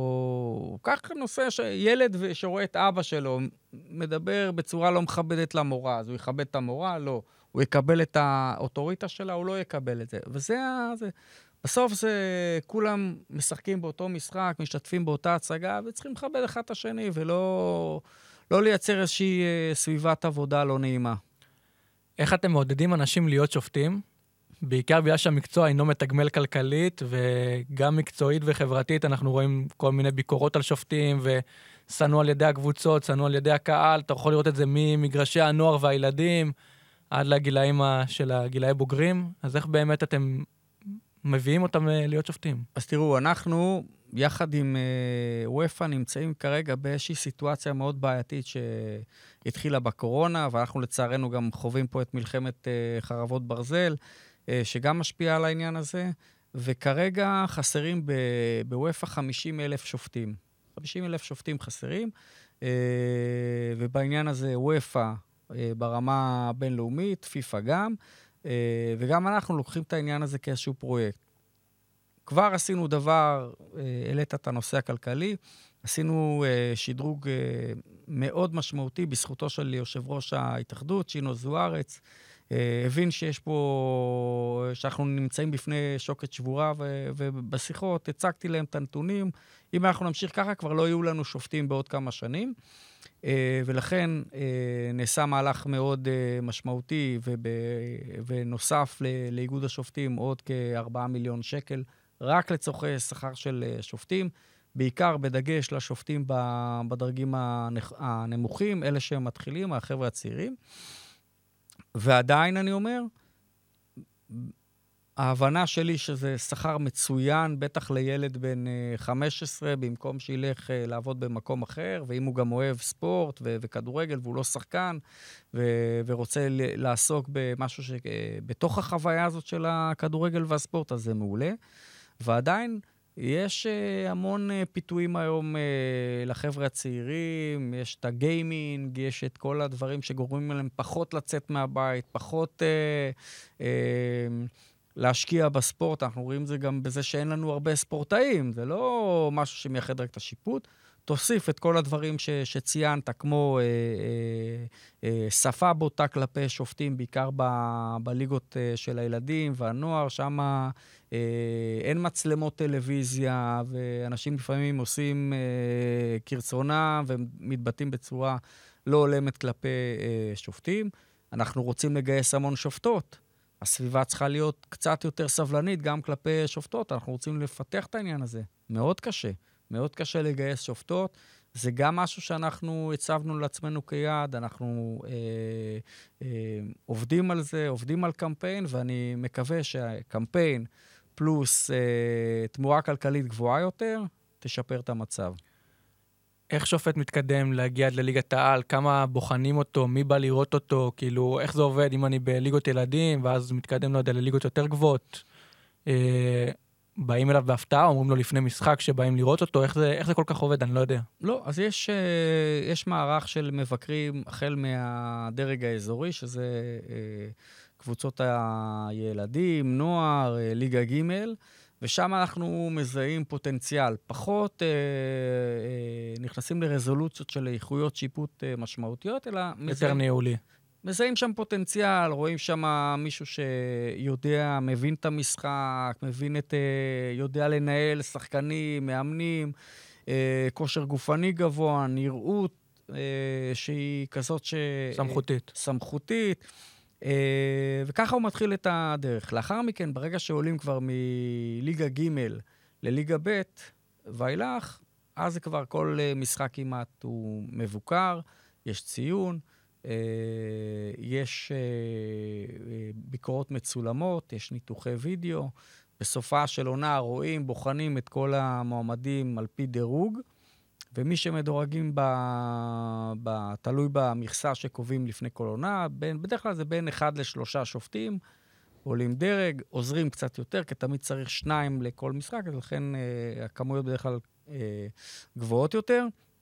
או כך נושא שילד שרואה את אבא שלו, מדבר בצורה לא מכבדת למורה, אז הוא יכבד את המורה? לא. הוא יקבל את האוטוריטה שלה, הוא לא יקבל את זה. וזה... זה... בסוף זה, כולם משחקים באותו משחק, משתתפים באותה הצגה, וצריכים לכבד אחד את השני, ולא לא לייצר איזושהי סביבת עבודה לא נעימה. איך אתם מעודדים אנשים להיות שופטים? בעיקר בגלל שהמקצוע אינו מתגמל כלכלית, וגם מקצועית וחברתית, אנחנו רואים כל מיני ביקורות על שופטים, וסנו על ידי הקבוצות, סנו על ידי הקהל, אתה יכול לראות את זה ממגרשי הנוער והילדים, עד לגילאים של הגילאי בוגרים, אז איך באמת אתם... מביאים אותם להיות שופטים. אז תראו, אנחנו, יחד עם וופא, נמצאים כרגע באיזושהי סיטואציה מאוד בעייתית שהתחילה בקורונה, ואנחנו לצערנו גם חווים פה את מלחמת חרבות ברזל, שגם משפיעה על העניין הזה, וכרגע חסרים בוופא חמישים אלף שופטים. חמישים אלף שופטים חסרים, ובעניין הזה וופא ברמה הבינלאומית, פיפא גם, וגם אנחנו לוקחים את העניין הזה כאיזשהו פרויקט. כבר עשינו דבר, העלית את הנושא הכלכלי, עשינו שדרוג מאוד משמעותי בזכותו של יושב ראש ההתאחדות, שינו זוארץ, הבין שיש פה, שאנחנו נמצאים בפני שוקת שבורה, ובשיחות הצגתי להם את הנתונים, אם אנחנו נמשיך ככה כבר לא יהיו לנו שופטים בעוד כמה שנים, ולכן נעשה מהלך מאוד משמעותי, ונוסף לאיגוד השופטים עוד כארבעה מיליון שקל, רק לצורכי שכר של שופטים, בעיקר בדגש לשופטים בדרגים הנמוכים, אלה שהם מתחילים, החבר'ה הצעירים. ועדיין אני אומר, ההבנה שלי שזה שכר מצוין, בטח לילד בן חמש עשרה, במקום שילך לעבוד במקום אחר, ואם הוא גם אוהב ספורט ו- וכדורגל, והוא לא שחקן, ו- ורוצה לעסוק במשהו שבתוך החוויה הזאת של הכדורגל והספורט, אז זה מעולה. ועדיין יש המון פיתויים היום לחבר'ה הצעירים, יש את הגיימינג, יש את כל הדברים שגורמים להם פחות לצאת מהבית, פחות... אה, אה, להשקיע בספורט, אנחנו רואים זה גם בזה שאין לנו הרבה ספורטאים, זה לא משהו שמייחד רק את השיפוט, תוסיף את כל הדברים ש, שציינת, כמו אה, אה, אה, שפה בוטה כלפי שופטים, בעיקר ב, בליגות אה, של הילדים והנוער, שם אה, אין מצלמות טלוויזיה, ואנשים לפעמים עושים אה, כרצונם, ומתבטאים בצורה לא הולמת כלפי אה, שופטים. אנחנו רוצים לגייס המון שופטות. הסביבה צריכה להיות קצת יותר סבלנית גם כלפי שופטות. אנחנו רוצים לפתח את העניין הזה. מאוד קשה. מאוד קשה לגייס שופטות. זה גם משהו שאנחנו הצבנו לעצמנו כיעד. אנחנו אה, אה, עובדים על זה, עובדים על קמפיין, ואני מקווה שהקמפיין פלוס אה, תמורה כלכלית גבוהה יותר, תשפר את המצב. איך שופט מתקדם להגיע לליגת העל? כמה בוחנים אותו? מי בא לראות אותו? כאילו, איך זה עובד אם אני בליגות ילדים, ואז מתקדם, לא יודע, לליגות יותר גבוהות? אה, באים אליו בהפתעה, אומרים לו לפני משחק שבאים לראות אותו, איך זה, איך זה כל כך עובד? אני לא יודע. לא, אז יש, יש מערך של מבקרים החל מהדרג האזורי, שזה קבוצות הילדים, נוער, ליגה ג', ושם אנחנו מזהים פוטנציאל. פחות אה, אה, נכנסים לרזולוציות של איכויות שיפוט אה, משמעותיות, אלא יותר מזהים, ניהולי. מזהים שם פוטנציאל, רואים שם מישהו שיודע, מבין את המשחק, מבין את, אה, יודע לנהל שחקנים, מאמנים, אה, כושר גופני גבוה, נראות אה, שהיא כזאת ש... סמכותית. סמכותית. Uh, וככה הוא מתחיל את הדרך. לאחר מכן, ברגע שעולים כבר מליגה ג' לליגה ב' ואילך, אז זה כבר כל uh, משחק כמעט הוא מבוקר, יש ציון, uh, יש uh, uh, ביקורות מצולמות, יש ניתוחי וידאו. בסופה של עונה רואים, בוחנים את כל המועמדים על פי דירוג, ומי שמדורגים ב... ב... תלוי במכסה שקובעים לפני כל עונה, בין... בדרך כלל זה בין אחד לשלושה שופטים, עולים דרג, עוזרים קצת יותר, כי תמיד צריך שניים לכל משחק, אז לכן אה, הכמויות בדרך כלל אה, גבוהות יותר.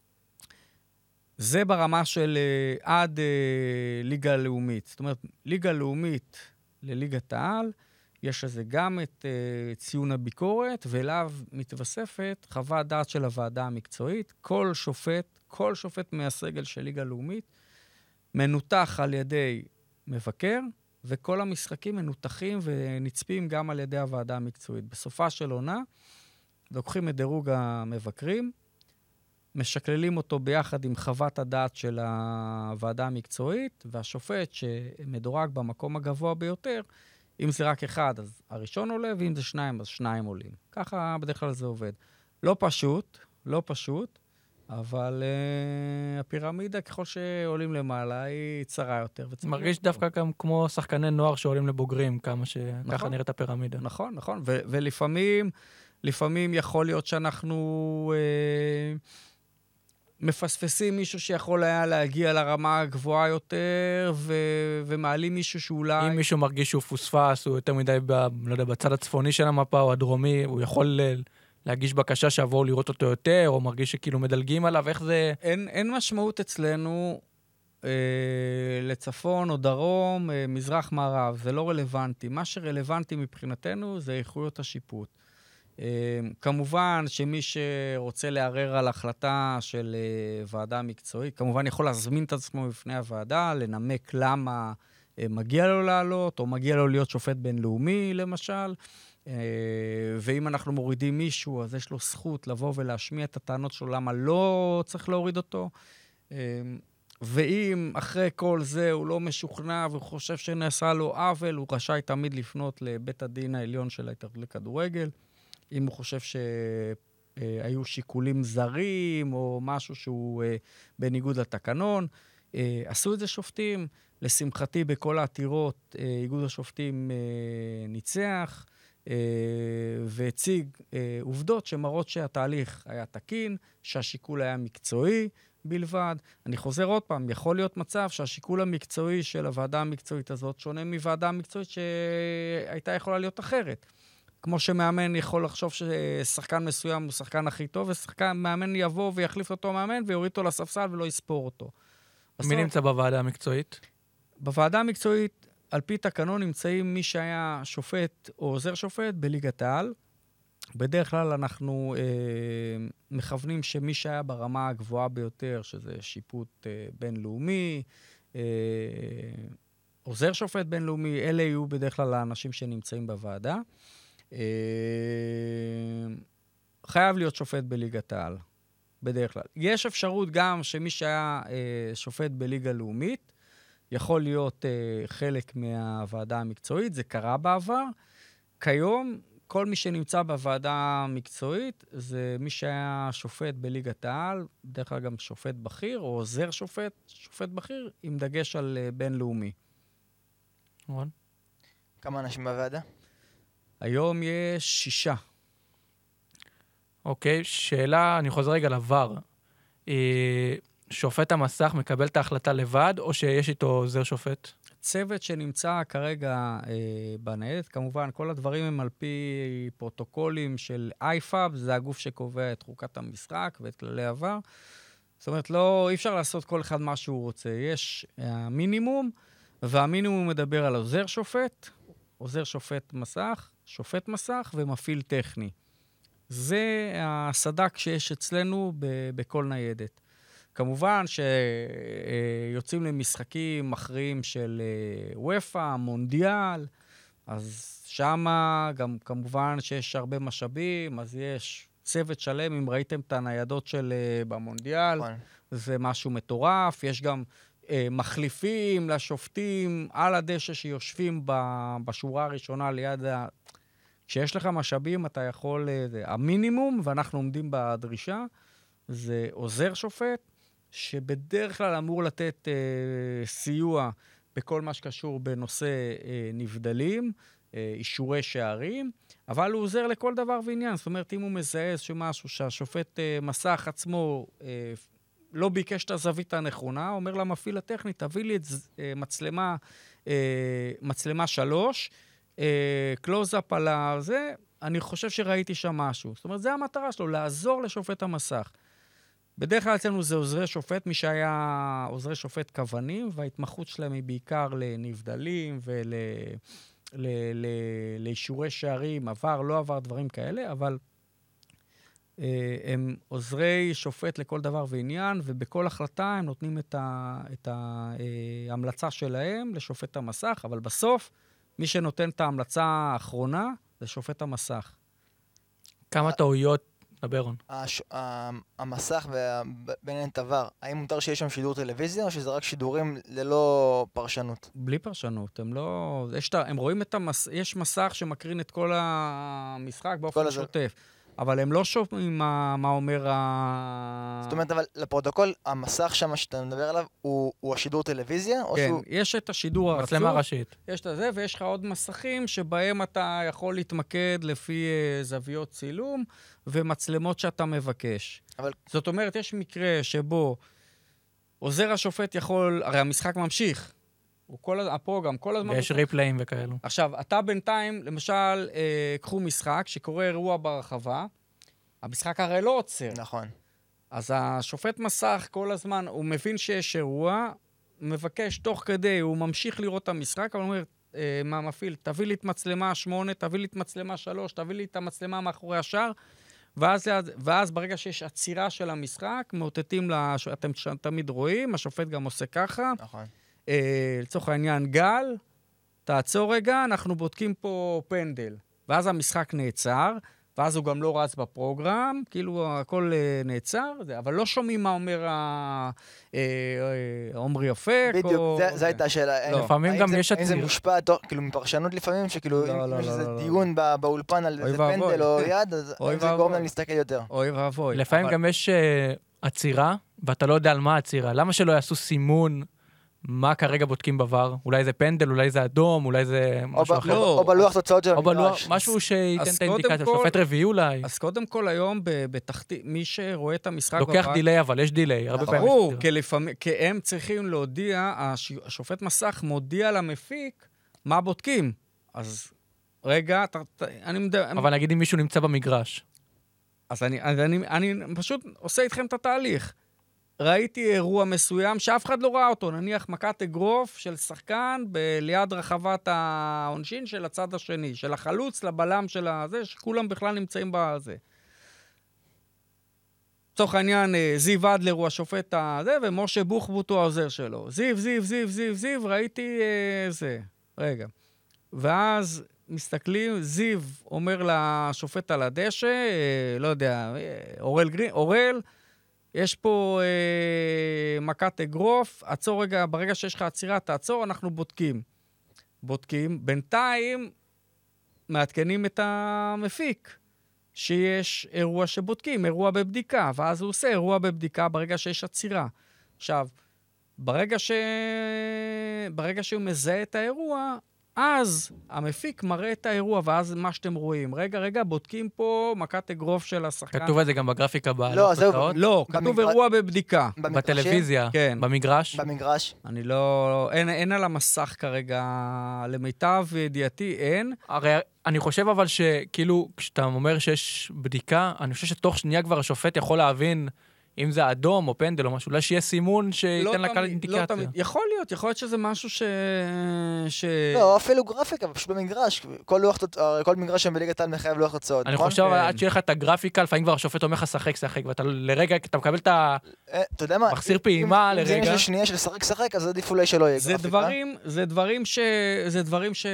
זה ברמה של אה, עד אה, ליגה לאומית. זאת אומרת, ליגה לאומית לליגת העל, יש לזה גם את uh, ציון הביקורת, ואליו מתווספת חוות דעת של הוועדה המקצועית. כל שופט, כל שופט מהסגל של ליגה לאומית, מנותח על ידי מבקר, וכל המשחקים מנותחים ונצפים גם על ידי הוועדה המקצועית. בסופה של עונה, לוקחים את דירוג המבקרים, משקללים אותו ביחד עם חוות הדעת של הוועדה המקצועית, והשופט שמדורג במקום הגבוה ביותר, אם זה רק אחד, אז הראשון עולה, ואם זה שניים, אז שניים עולים. ככה בדרך כלל זה עובד. לא פשוט, לא פשוט, אבל uh, הפירמידה, ככל שעולים למעלה, היא צרה יותר. מרגיש דווקא גם כמו שחקני נוער שעולים לבוגרים, כמה שככה נכון, נראית הפירמידה. נכון, נכון. ו- ולפעמים, לפעמים יכול להיות שאנחנו... Uh, מפספסים מישהו שיכול היה להגיע לרמה הגבוהה יותר, ו- ומעלים מישהו שאולי... אם מישהו מרגיש שהוא פוספס, הוא יותר מדי, ב, לא יודע, בצד הצפוני של המפה או הדרומי, הוא יכול להגיש בקשה שיבואו לראות אותו יותר, או מרגיש שכאילו מדלגים עליו, איך זה... אין, אין משמעות אצלנו אה, לצפון או דרום, אה, מזרח מערב, זה לא רלוונטי. מה שרלוונטי מבחינתנו זה איכויות השיפוט. Uh, כמובן שמי שרוצה לערער על החלטה של uh, ועדה מקצועית, כמובן יכול להזמין את עצמו בפני הוועדה, לנמק למה uh, מגיע לו לעלות, או מגיע לו להיות שופט בינלאומי, למשל. Uh, ואם אנחנו מורידים מישהו, אז יש לו זכות לבוא ולהשמיע את הטענות שלו, למה לא צריך להוריד אותו. Uh, ואם אחרי כל זה הוא לא משוכנע והוא חושב שנעשה לו עוול, הוא רשאי תמיד לפנות לבית הדין העליון של ההתאחדות לכדורגל. אם הוא חושב שהיו שיקולים זרים או משהו שהוא בניגוד לתקנון. עשו את זה שופטים. לשמחתי, בכל העתירות, איגוד השופטים ניצח והציג עובדות שמראות שהתהליך היה תקין, שהשיקול היה מקצועי בלבד. אני חוזר עוד פעם, יכול להיות מצב שהשיקול המקצועי של הוועדה המקצועית הזאת שונה מוועדה המקצועית שהייתה יכולה להיות אחרת. כמו שמאמן יכול לחשוב ששחקן מסוים הוא שחקן הכי טוב, ושחקן מאמן יבוא ויחליף אותו מאמן ויוריד אותו לספסל ולא יספור אותו. מי בסוף, נמצא בוועדה המקצועית? בוועדה המקצועית, על פי תקנון, נמצאים מי שהיה שופט או עוזר שופט בליגת העל. בדרך כלל אנחנו אה, מכוונים שמי שהיה ברמה הגבוהה ביותר, שזה שיפוט אה, בינלאומי, אה, עוזר שופט בינלאומי, אלה יהיו בדרך כלל האנשים שנמצאים בוועדה. חייב להיות שופט בליגת העל. בדרך כלל. יש אפשרות גם שמי שהיה אה, שופט בליגה לאומית, יכול להיות אה, חלק מהוועדה המקצועית, זה קרה בעבר. כיום, כל מי שנמצא בוועדה המקצועית, זה מי שהיה שופט בליגת העל, בדרך כלל גם שופט בכיר, או עוזר שופט, שופט בכיר, עם דגש על אה, בינלאומי. נכון. כמה אנשים בוועדה? היום יש שישה. אוקיי, שאלה, אני חוזר רגע לבר. אה, שופט המסך מקבל את ההחלטה לבד, או שיש איתו עוזר שופט? צוות שנמצא כרגע אה, בניידת, כמובן, כל הדברים הם על פי פרוטוקולים של איי פאב, זה הגוף שקובע את חוקת המשחק ואת כללי עבר. זאת אומרת, לא, אי אפשר לעשות כל אחד מה שהוא רוצה. יש המינימום, והמינימום מדבר על עוזר שופט, עוזר שופט מסך, שופט מסך ומפעיל טכני. זה הסדק שיש אצלנו ב- בכל ניידת. כמובן שיוצאים למשחקים מכריעים של וופא, מונדיאל, אז שמה גם כמובן שיש הרבה משאבים, אז יש צוות שלם, אם ראיתם את הניידות של במונדיאל, זה משהו מטורף, יש גם אה, מחליפים לשופטים על הדשא שיושבים ב- בשורה הראשונה ליד ה... כשיש לך משאבים, אתה יכול... זה, המינימום, ואנחנו עומדים בדרישה, זה עוזר שופט, שבדרך כלל אמור לתת אה, סיוע בכל מה שקשור בנושא אה, נבדלים, אה, אישורי שערים, אבל הוא עוזר לכל דבר ועניין. זאת אומרת, אם הוא מזהה איזשהו משהו שהשופט אה, מסך עצמו אה, לא ביקש את הזווית הנכונה, אומר למפעיל הטכני, תביא לי את אה, מצלמה, אה, מצלמה שלוש, קלוז-אפ על זה, אני חושב שראיתי שם משהו. זאת אומרת, זה המטרה שלו, לעזור לשופט המסך. בדרך כלל אצלנו זה עוזרי שופט, מי שהיה עוזרי שופט כוונים, וההתמחות שלהם היא בעיקר לנבדלים ולאישורי שערים, עבר, לא עבר, דברים כאלה, אבל אה, הם עוזרי שופט לכל דבר ועניין, ובכל החלטה הם נותנים את, ה, את ההמלצה שלהם לשופט המסך, אבל בסוף, מי שנותן את ההמלצה האחרונה, זה שופט המסך. כמה טעויות, דבר רון. הש... המסך ובעניין עבר, האם מותר שיש שם שידור טלוויזיה, או שזה רק שידורים ללא פרשנות? בלי פרשנות, הם לא... יש, הם רואים את המס... יש מסך שמקרין את כל המשחק באופן שוטף. אבל הם לא שומעים מה, מה אומר ה... זאת אומרת, אבל לפרוטוקול, המסך שם שאתה מדבר עליו, הוא, הוא השידור טלוויזיה? או כן, שהוא... יש את השידור הרצוף. מצלמה ראשית. יש את זה, ויש לך עוד מסכים שבהם אתה יכול להתמקד לפי uh, זוויות צילום, ומצלמות שאתה מבקש. אבל... זאת אומרת, יש מקרה שבו עוזר השופט יכול... הרי המשחק ממשיך. הוא כל... הפרוגרם, כל הזמן... ויש ריפליים וכאלו. עכשיו, אתה בינתיים, למשל, אה, קחו משחק שקורה אירוע ברחבה, המשחק הרי לא עוצר. נכון. אז השופט מסך כל הזמן, הוא מבין שיש אירוע, מבקש תוך כדי, הוא ממשיך לראות את המשחק, אבל הוא אומר, אה, מה מפעיל, תביא לי את מצלמה שמונה, תביא לי את מצלמה שלוש, תביא לי את המצלמה מאחורי השאר, ואז, ואז ברגע שיש עצירה של המשחק, מאותתים לה, אתם תמיד רואים, השופט גם עושה ככה. נכון. אה, לצורך העניין, גל, תעצור רגע, אנחנו בודקים פה פנדל. ואז המשחק נעצר, ואז הוא גם לא רץ בפרוגרם, כאילו הכל אה, נעצר, זה, אבל לא שומעים מה אומר עומרי אפק. בדיוק, או... זו הייתה השאלה. לא. לפעמים גם זה, יש עציר. האם זה מושפע, כאילו מפרשנות לפעמים, שכאילו לא, אם לא, יש איזה לא, לא, דיון לא. באולפן על איזה ואבוי. פנדל או יד, אז האם זה גורם להם להסתכל יותר? אוי ואבוי. לפעמים אבל... גם יש uh, עצירה, ואתה לא יודע על מה העצירה. למה שלא יעשו סימון מה כרגע בודקים בעבר? אולי זה פנדל, אולי זה אדום, אולי זה משהו אחר. לא. או בלוח תוצאות של או בלוח, המגרש. משהו שייתן אז את האינדיקציה. קודם כל- שופט רביעי אולי. אז קודם כל היום, בתחתית, מי שרואה את המשחק לוקח דילי, אבל יש דילי. הרבה פעמים יש ברור, דילי. כי לפעמים, כי הם צריכים להודיע, הש- השופט מסך מודיע למפיק מה בודקים. אז רגע, אתה, אתה, אני מדבר... אבל נגיד אם מישהו נמצא במגרש. אז אני, אני, אני, אני פשוט עושה איתכם את התהליך. ראיתי אירוע מסוים שאף אחד לא ראה אותו, נניח מכת אגרוף של שחקן ב- ליד רחבת העונשין של הצד השני, של החלוץ לבלם של הזה, שכולם בכלל נמצאים בזה. לצורך העניין, זיו אדלר הוא השופט הזה, ומשה בוחבוט הוא העוזר שלו. זיו, זיו, זיו, זיו, זיו, ראיתי אה, זה. רגע. ואז מסתכלים, זיו אומר לשופט על הדשא, אה, לא יודע, אה, אורל גרין, אורל, יש פה אה, מכת אגרוף, עצור רגע, ברגע שיש לך עצירה, תעצור, אנחנו בודקים. בודקים, בינתיים מעדכנים את המפיק, שיש אירוע שבודקים, אירוע בבדיקה, ואז הוא עושה אירוע בבדיקה ברגע שיש עצירה. עכשיו, ברגע, ש... ברגע שהוא מזהה את האירוע, אז המפיק מראה את האירוע, ואז מה שאתם רואים. רגע, רגע, בודקים פה מכת אגרוף של השחקן. כתוב את זה גם בגרפיקה בעלות לא, זהו, תוצאות? לא, כתוב אירוע בבדיקה. בטלוויזיה? כן. במגרש? במגרש. אני לא... אין, אין על המסך כרגע, למיטב ידיעתי, אין. הרי אני חושב אבל שכאילו, כשאתה אומר שיש בדיקה, אני חושב שתוך שנייה כבר השופט יכול להבין אם זה אדום או פנדל או משהו, אולי שיהיה סימון שייתן לקהל אינדיקציה. לא תמיד, יכול להיות, יכול להיות שזה משהו ש... ש... לא, אפילו גרפיקה, פשוט במגרש. כל לוח תוצאות, כל מגרש שם בליגת העל מחייב לוח תוצאות. אני חושב, עד שיהיה לך את הגרפיקה, לפעמים כבר השופט אומר לך, שחק, שחק, ואתה לרגע, אתה מקבל את ה... אתה יודע מה? מחסיר פעימה לרגע. אם זה יש שנייה של שחק, שחק, אז עדיף אולי שלא יהיה גרפיקה. זה דברים, זה דברים ש... זה דברים ש...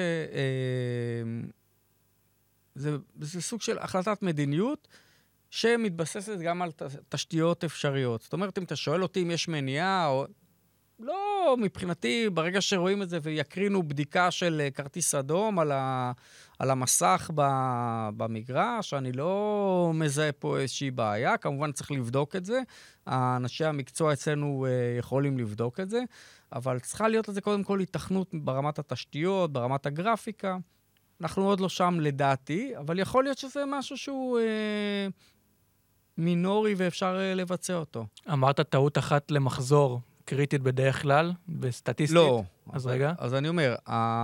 זה, זה סוג של החלטת מדיניות, שמתבססת גם על תשתיות אפשריות. זאת אומרת, אם אתה שואל אותי אם יש מניעה, או... לא, מבחינתי, ברגע שרואים את זה ויקרינו בדיקה של כרטיס אדום על, ה... על המסך ב... במגרש, אני לא מזהה פה איזושהי בעיה, כמובן צריך לבדוק את זה. האנשי המקצוע אצלנו uh, יכולים לבדוק את זה, אבל צריכה להיות לזה קודם כל התכנות ברמת התשתיות, ברמת הגרפיקה. אנחנו עוד לא שם לדעתי, אבל יכול להיות שזה משהו שהוא... Uh, מינורי ואפשר לבצע אותו. אמרת טעות אחת למחזור קריטית בדרך כלל, בסטטיסטית? לא. אז רגע. אז אני אומר,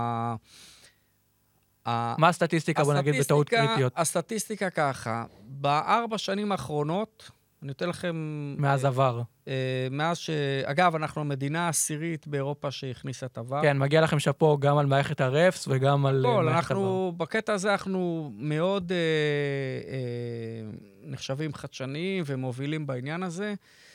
מה הסטטיסטיקה, בוא נגיד, בטעות קריטיות? הסטטיסטיקה ככה, בארבע שנים האחרונות, אני אתן לכם... מאז עבר. מאז ש... אגב, אנחנו המדינה העשירית באירופה שהכניסה את עבר. כן, מגיע לכם שפה גם על מערכת הרפס וגם על מערכת עבר. אנחנו, בקטע הזה אנחנו מאוד... נחשבים חדשניים ומובילים בעניין הזה.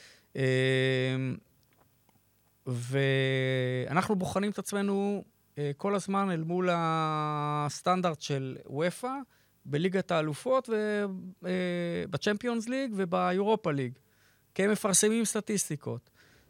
ואנחנו בוחנים את עצמנו כל הזמן אל מול הסטנדרט של וופא, בליגת האלופות ובצ'מפיונס ליג וביורופה ליג, כי הם מפרסמים סטטיסטיקות.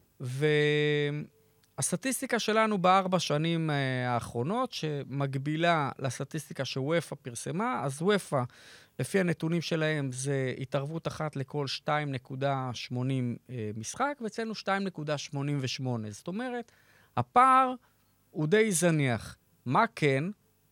והסטטיסטיקה שלנו בארבע שנים האחרונות, שמקבילה לסטטיסטיקה שוופא פרסמה, אז וופא, לפי הנתונים שלהם, זה התערבות אחת לכל שתיים נקודה שמונים משחק, ואצלנו שתיים נקודה שמונים ושמונה. זאת אומרת, הפער הוא די זניח. מה כן?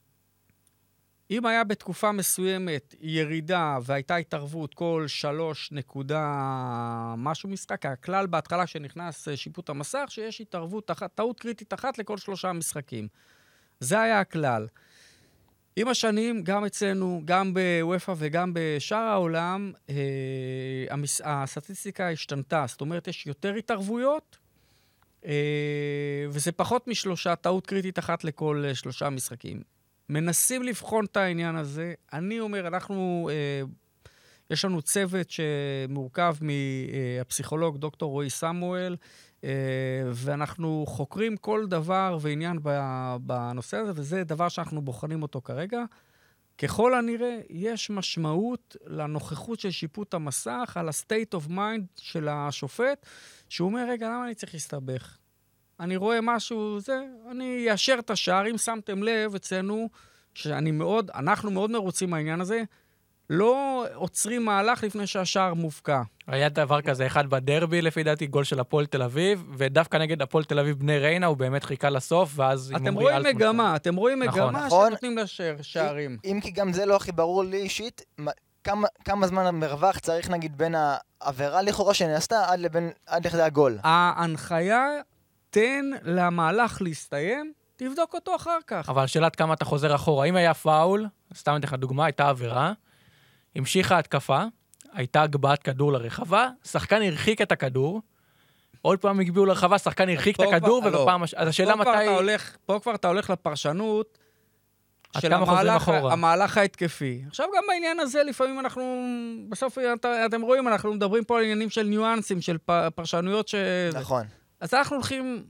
אם היה בתקופה מסוימת ירידה והייתה התערבות כל שלוש נקודה משהו משחק, הכלל בהתחלה שנכנס שיפוט המסך, שיש התערבות, טעות קריטית אחת לכל שלושה משחקים. זה היה הכלל. עם השנים, גם אצלנו, גם בוופא וגם בשאר העולם, אה, המס... הסטטיסטיקה השתנתה. זאת אומרת, יש יותר התערבויות, אה, וזה פחות משלושה, טעות קריטית אחת לכל שלושה משחקים. מנסים לבחון את העניין הזה. אני אומר, אנחנו, אה, יש לנו צוות שמורכב מהפסיכולוג דוקטור רועי סמואל, Uh, ואנחנו חוקרים כל דבר ועניין בנושא הזה, וזה דבר שאנחנו בוחנים אותו כרגע. ככל הנראה, יש משמעות לנוכחות של שיפוט המסך, על ה-state of mind של השופט, שהוא אומר, רגע, למה אני צריך להסתבך? אני רואה משהו, זה, אני אאשר את השער. אם שמתם לב אצלנו, שאני מאוד, אנחנו מאוד מרוצים מהעניין הזה, לא עוצרים מהלך לפני שהשער מופקע. היה דבר כזה, אחד בדרבי, לפי דעתי, גול של הפועל תל אביב, ודווקא נגד הפועל תל אביב בני ריינה, הוא באמת חיכה לסוף, ואז... אתם רואים מגמה, אתם רואים מגמה שנותנים לשערים. אם כי גם זה לא הכי ברור לי אישית, כמה זמן המרווח צריך, נגיד, בין העבירה לכאורה שנעשתה עד לכדי הגול. ההנחיה, תן למהלך להסתיים, תבדוק אותו אחר כך. אבל שאלת כמה אתה חוזר אחורה. אם היה פאול, סתם אתן לך דוגמה, הייתה עבירה, המשיכה התקפה, הייתה הגבהת כדור לרחבה, שחקן הרחיק את הכדור, עוד פעם הגביעו לרחבה, שחקן הרחיק את הכדור, ובפעם... אז השאלה מתי... פה כבר אתה הולך לפרשנות של המהלך ההתקפי. עכשיו גם בעניין הזה, לפעמים אנחנו... בסוף אתם רואים, אנחנו מדברים פה על עניינים של ניואנסים, של פרשנויות ש... נכון. אז אנחנו הולכים...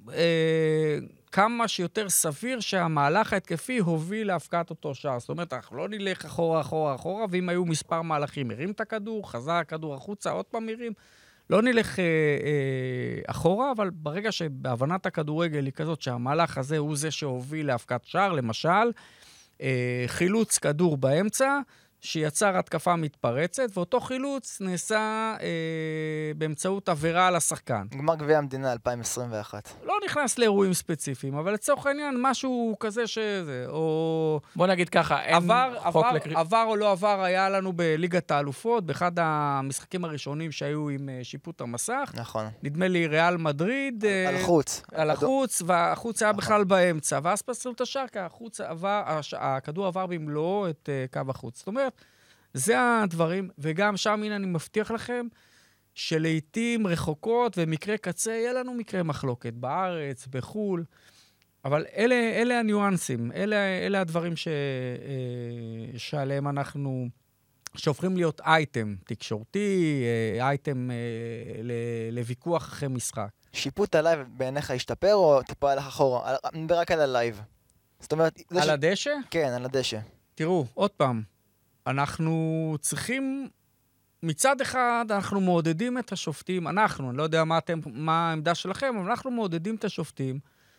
כמה שיותר סביר שהמהלך ההתקפי הוביל להפקעת אותו שער. זאת אומרת, אנחנו לא נלך אחורה, אחורה, אחורה, ואם היו מספר מהלכים, הרים את הכדור, חזר הכדור החוצה, עוד פעם הרים. לא נלך אה, אה, אחורה, אבל ברגע שבהבנת הכדורגל היא כזאת, שהמהלך הזה הוא זה שהוביל להפקת שער, למשל, אה, חילוץ כדור באמצע, שיצר התקפה מתפרצת, ואותו חילוץ נעשה אה, באמצעות עבירה על השחקן. גמר גביע המדינה אלפיים עשרים ואחת. לא נכנס לאירועים ספציפיים, אבל לצורך העניין, משהו כזה שזה, או... בוא נגיד ככה, אין עבר, חוק עבר, לקריאה. עבר או לא עבר היה לנו בליגת האלופות, באחד המשחקים הראשונים שהיו עם אה, שיפוט המסך. נכון. נדמה לי ריאל מדריד. אה, על החוץ. על החוץ, והחוץ היה נכון. בכלל באמצע, ואז פסלו את השער, כי החוץ עבר, הש- הכדור עבר במלואו את אה, קו החוץ. זאת אומרת, זה הדברים, וגם שם, הנה אני מבטיח לכם, שלעיתים רחוקות ומקרה קצה, יהיה לנו מקרה מחלוקת בארץ, בחול, אבל אלה, אלה הניואנסים, אלה, אלה הדברים ש, אה, שעליהם אנחנו, שהופכים להיות אייטם תקשורתי, אה, אייטם אה, ל- לוויכוח אחרי משחק. שיפוט הלייב בעיניך השתפר או טיפה הלך אחורה? על- אני מדבר רק על הלייב. זאת אומרת... זה על ש- הדשא? כן, על הדשא. תראו, עוד פעם, אנחנו צריכים, מצד אחד אנחנו מעודדים את השופטים, אנחנו, אני לא יודע מה, אתם, מה העמדה שלכם, אבל אנחנו מעודדים את השופטים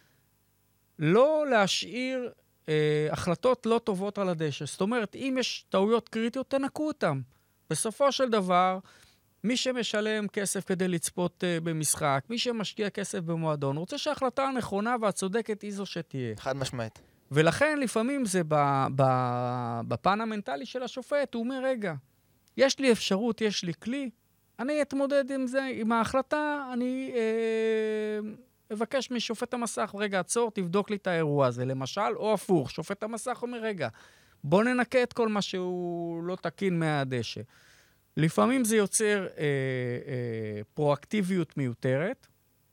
לא להשאיר אה, החלטות לא טובות על הדשא. זאת אומרת, אם יש טעויות קריטיות, תנקו אותם. בסופו של דבר, מי שמשלם כסף כדי לצפות אה, במשחק, מי שמשקיע כסף במועדון, רוצה שההחלטה הנכונה והצודקת היא זו שתהיה. חד משמעית. ולכן לפעמים זה ב, ב, בפן המנטלי של השופט, הוא אומר, רגע, יש לי אפשרות, יש לי כלי, אני אתמודד עם זה, עם ההחלטה, אני אה, אבקש משופט המסך, רגע, עצור, תבדוק לי את האירוע הזה, למשל, או הפוך, שופט המסך אומר, רגע, בוא ננקה את כל מה שהוא לא תקין מהדשא. לפעמים זה יוצר אה, אה, פרואקטיביות מיותרת,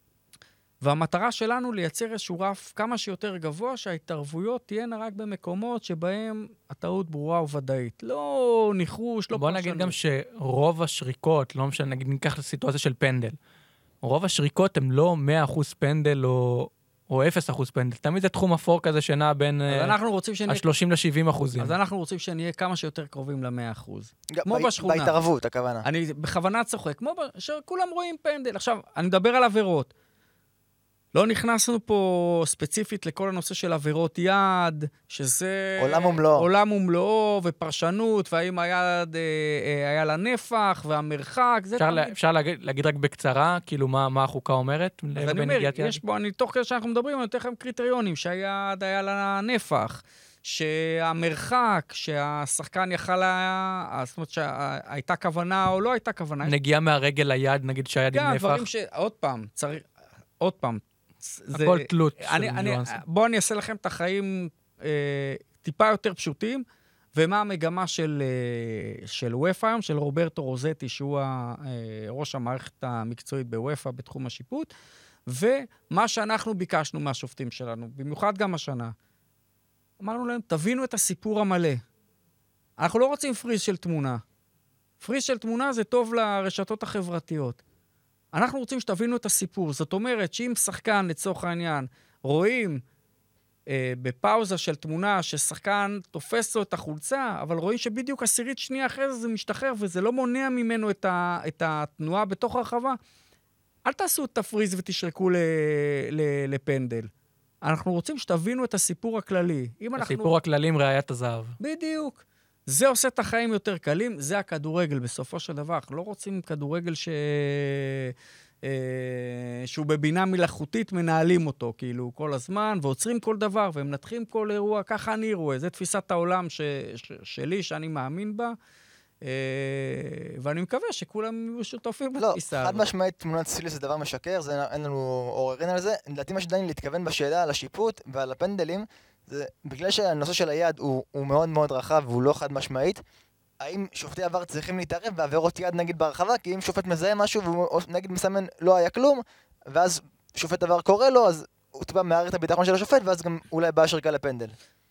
והמטרה שלנו לייצר איזשהו רף כמה שיותר גבוה, שההתערבויות תהיינה רק במקומות שבהם הטעות ברורה וודאית. לא ניחוש, לא בוא פרשנות. נגיד גם שרוב השריקות, לא משנה, נגיד ניקח את הסיטואציה של פנדל. רוב השריקות הם לא מאה אחוז פנדל או, או אפס אחוז פנדל. תמיד זה תחום אפור כזה שנע בין אז אנחנו רוצים שנהיה... ה-שלושים ל-שבעים אחוזים. אז אנחנו רוצים שנהיה כמה שיותר קרובים ל-מאה אחוז. כמו ב- בשכונה. בהתערבות, הכוונה. אני בכוונה צוחק, כמו ב- שכולם רואים פנדל. עכשיו, אני מדבר על עבירות. לא נכנסנו פה ספציפית לכל הנושא של עבירות יד, שזה... עולם ומלואו. עולם ומלואו, ופרשנות, והאם היד אה, אה, היה לה נפח, והמרחק, זה... אפשר, תמיד. לה, אפשר להגיד, להגיד רק בקצרה, כאילו מה, מה החוקה אומרת? אז אני אומר, יש פה, אני תוך כדי שאנחנו מדברים, אני נותן לכם קריטריונים, שהיד היה לה נפח, שהמרחק, שהשחקן יכל לה... זאת אומרת שהייתה כוונה או לא הייתה כוונה. נגיעה מהרגל ליד, נגיד שהיד עם גם נפח. דברים ש... עוד פעם, צריך... עוד פעם. זה... הכל תלות אני, של אני, ניואנסים. בואו אני אעשה לכם את החיים אה, טיפה יותר פשוטים, ומה המגמה של, אה, של וופא היום, של רוברטו רוזטי, שהוא ה, אה, ראש המערכת המקצועית בוופא בתחום השיפוט, ומה שאנחנו ביקשנו מהשופטים שלנו, במיוחד גם השנה, אמרנו להם, תבינו את הסיפור המלא. אנחנו לא רוצים פריז של תמונה. פריז של תמונה זה טוב לרשתות החברתיות. אנחנו רוצים שתבינו את הסיפור. זאת אומרת שאם שחקן, לצורך העניין, רואים אה, בפאוזה של תמונה ששחקן תופס לו את החולצה, אבל רואים שבדיוק עשירית שנייה אחרי זה זה משתחרר, וזה לא מונע ממנו את, ה, את התנועה בתוך הרחבה, אל תעשו את הפריז ותשרקו ל, ל, לפנדל. אנחנו רוצים שתבינו את הסיפור הכללי. אם אנחנו... הסיפור הכללי עם ראיית הזהב. בדיוק. זה עושה את החיים יותר קלים, זה הכדורגל בסופו של דבר. אנחנו לא רוצים כדורגל ש... אה, שהוא בבינה מלאכותית, מנהלים אותו, כאילו, כל הזמן, ועוצרים כל דבר, ומנתחים כל אירוע, ככה אני רואה. זה תפיסת העולם ש... ש... שלי, שאני מאמין בה, אה, ואני מקווה שכולם יהיו שותפים לא, בתפיסה. חד משמעית תמונת סיליס זה דבר משקר, זה, אין לנו עוררין על זה. לדעתי מה שדני להתכוון בשאלה על השיפוט ועל הפנדלים, זה בגלל שהנושא של היד הוא, הוא מאוד מאוד רחב והוא לא חד משמעית, האם שופטי עבר צריכים להתערב בעבירות יד נגיד ברחבה? כי אם שופט מזהה משהו והוא נגיד מסמן לא היה כלום, ואז שופט עבר קורא לו, אז הוא טיפה מערער את הביטחון של השופט, ואז גם אולי בא שריקה לפנדל.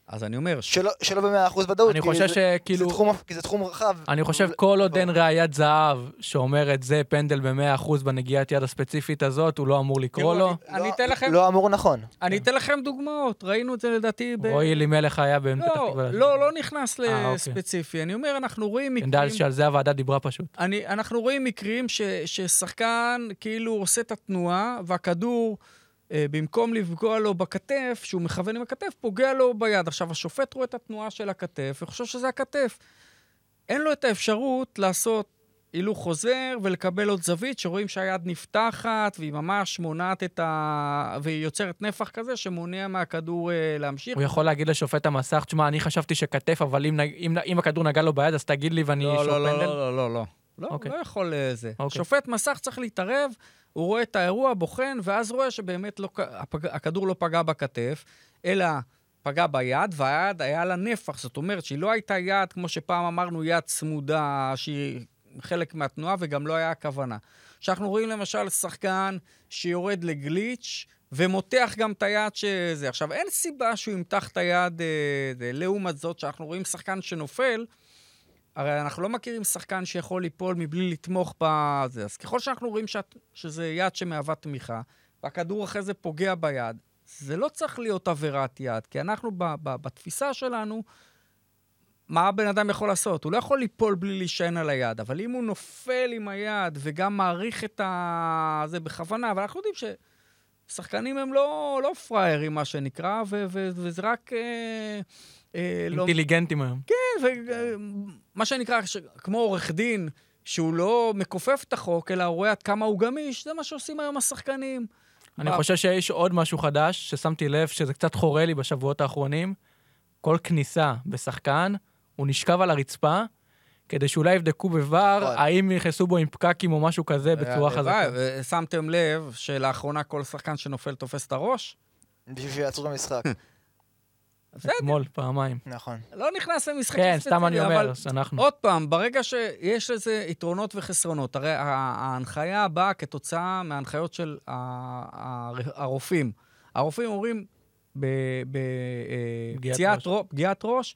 אז אני אומר... שלא, שלא במאה אחוז ודאות, אני כי חושב זה, שכאילו... זה תחום, כי זה תחום רחב. אני חושב כל עוד אין ראיית זהב שאומרת זה פנדל ב-מאה אחוז בנגיעת יד הספציפית הזאת, הוא לא אמור לקרוא לו. אני לא, אתן לכם... לא אמור נכון. אני אתן לכם דוגמאות, ראינו את זה לדעתי ב... רועי אלימלך היה בפתח תקווה. לא, לא נכנס אה, לספציפי. אני אומר, אנחנו רואים מקרים... אני יודע שעל זה הוועדה דיברה פשוט. אני, אנחנו רואים מקרים ש, ששחקן כאילו עושה את התנועה, והכדור, אה, במקום לפגוע לו בכתף, שהוא מכוון עם הכתף, פוגע לו ביד. עכשיו, השופט רואה את התנועה של הכתף, וחושב שזה הכתף. אין לו את האפשרות לעשות הילוך חוזר ולקבל עוד זווית, שרואים שהיד נפתחת, והיא ממש מונעת את ה... והיא יוצרת נפח כזה, שמונע מהכדור אה, להמשיך. הוא יכול להגיד לשופט המסך, תשמע, אני חשבתי שכתף, אבל אם, אם, אם הכדור נגע לו ביד, אז תגיד לי ואני לא, שור לא, פנדל. לא, לא, לא, לא. לא, אוקיי. לא יכול לזה. אוקיי. שופט מסך צריך להתערב, הוא רואה את האירוע, בוחן, ואז רואה שבאמת לא, הפג... הכדור לא פגע בכתף, אלא פגע ביד, והיד היה לה נפח. זאת אומרת שהיא לא הייתה יד, כמו שפעם אמרנו, יד צמודה, שהיא חלק מהתנועה, וגם לא היה הכוונה. שאנחנו רואים למשל שחקן שיורד לגליץ', ומותח גם את היד שזה. עכשיו, אין סיבה שהוא ימתח את היד, אה, לעומת זאת, שאנחנו רואים שחקן שנופל, הרי אנחנו לא מכירים שחקן שיכול ליפול מבלי לתמוך בזה. אז ככל שאנחנו רואים שאת, שזה יד שמהווה תמיכה, והכדור אחרי זה פוגע ביד, זה לא צריך להיות עבירת יד, כי אנחנו ב, ב, בתפיסה שלנו, מה הבן אדם יכול לעשות? הוא לא יכול ליפול בלי להישען על היד, אבל אם הוא נופל עם היד וגם מעריך את זה בכוונה, אבל אנחנו יודעים ששחקנים הם לא, לא פריירים, מה שנקרא, ו, ו, וזה רק... אה, אינטליגנטים היום. כן, ומה שנקרא, כמו עורך דין, שהוא לא מכופף את החוק, אלא הוא רואה עד כמה הוא גמיש, זה מה שעושים היום השחקנים. אני חושב שיש עוד משהו חדש, ששמתי לב שזה קצת חורה לי בשבועות האחרונים. כל כניסה בשחקן, הוא נשכב על הרצפה, כדי שאולי יבדקו בבר, האם נכנסו בו עם פקקים או משהו כזה בצורה חזקה. שמתם לב שלאחרונה כל שחקן שנופל תופס את הראש? בשביל שיעצרו במשחק. אתמול, פעמיים. נכון. לא נכנס למשחקים כן, סתם אני אומר, שאנחנו... עוד פעם, ברגע שיש לזה יתרונות וחסרונות, הרי ההנחיה באה כתוצאה מההנחיות של הרופאים. הרופאים אומרים, בפגיעת ראש,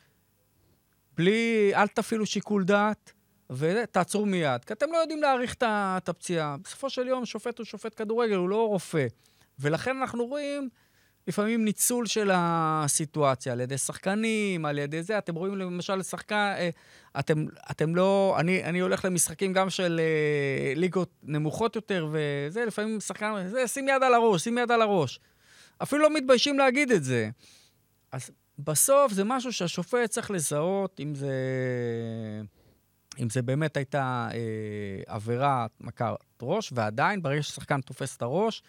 בלי, אל תפעילו שיקול דעת, ותעצרו מיד. כי אתם לא יודעים להעריך את הפציעה. בסופו של יום, שופט הוא שופט כדורגל, הוא לא רופא. ולכן אנחנו רואים... לפעמים ניצול של הסיטואציה, על ידי שחקנים, על ידי זה, אתם רואים למשל לשחקן, אתם, אתם לא, אני, אני הולך למשחקים גם של ליגות נמוכות יותר, וזה, לפעמים שחקן, זה, שים יד על הראש, שים יד על הראש. אפילו לא מתביישים להגיד את זה. אז בסוף זה משהו שהשופט צריך לזהות, אם זה, אם זה באמת הייתה אה, עבירה מכת ראש, ועדיין, ברגע ששחקן תופס את הראש,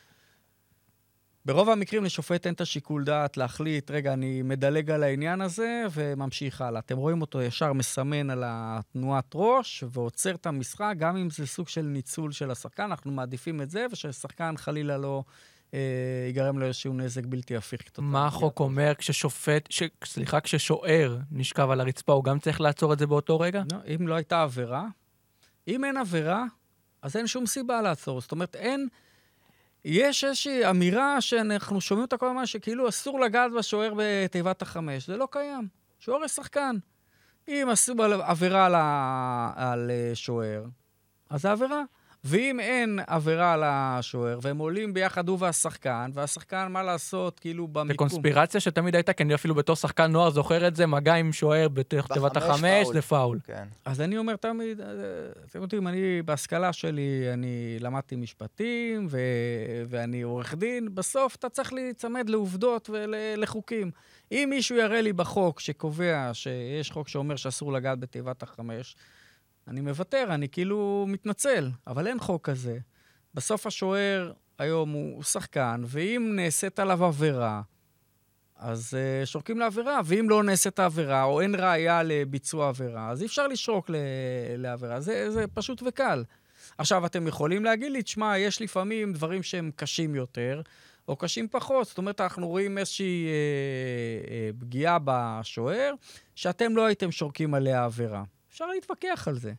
ברוב המקרים לשופט אין את השיקול דעת להחליט, רגע, אני מדלג על העניין הזה וממשיך הלאה. אתם רואים אותו ישר מסמן על התנועת ראש ועוצר את המשחק, גם אם זה סוג של ניצול של השחקן, אנחנו מעדיפים את זה, וששחקן חלילה לא אה, ייגרם לו איזשהו נזק בלתי הפיך. מה החוק אומר כששופט, ש... סליחה, כששוער נשכב על הרצפה, הוא גם צריך לעצור את זה באותו רגע? לא, אם לא הייתה עבירה, אם אין עבירה, אז אין שום סיבה לעצור. זאת אומרת, אין... יש איזושהי אמירה שאנחנו שומעים אותה כל הזמן, שכאילו אסור לגעת בשוער בתיבת החמש. זה לא קיים. שוער שחקן. אם עשו עבירה על, ה... על שוער, אז זה עבירה. ואם אין עבירה על השוער, והם עולים ביחד הוא והשחקן, והשחקן, מה לעשות, כאילו במיקום. זה קונספירציה שתמיד הייתה, כי אני אפילו בתור שחקן נוער זוכר את זה, מגע עם שוער בתיבת החמש, זה פאול. כן. אז אני אומר תמיד, אתם יודעים, אני בהשכלה שלי, אני למדתי משפטים, ו... ואני עורך דין, בסוף אתה צריך להצמד לעובדות ולחוקים. אם מישהו יראה לי בחוק שקובע שיש חוק שאומר שאסור לגעת בתיבת החמש, אני מוותר, אני כאילו מתנצל, אבל אין חוק כזה. בסוף השוער היום הוא שחקן, ואם נעשית עליו עבירה, אז uh, שורקים לעבירה, ואם לא נעשית עבירה, או אין ראייה לביצוע עבירה, אז אי אפשר לשרוק ל- לעבירה. זה, זה פשוט וקל. עכשיו, אתם יכולים להגיד לי, תשמע, יש לפעמים דברים שהם קשים יותר, או קשים פחות. זאת אומרת, אנחנו רואים איזושהי אה, אה, פגיעה בשוער, שאתם לא הייתם שורקים עליה עבירה. אפשר להתווכח על זה.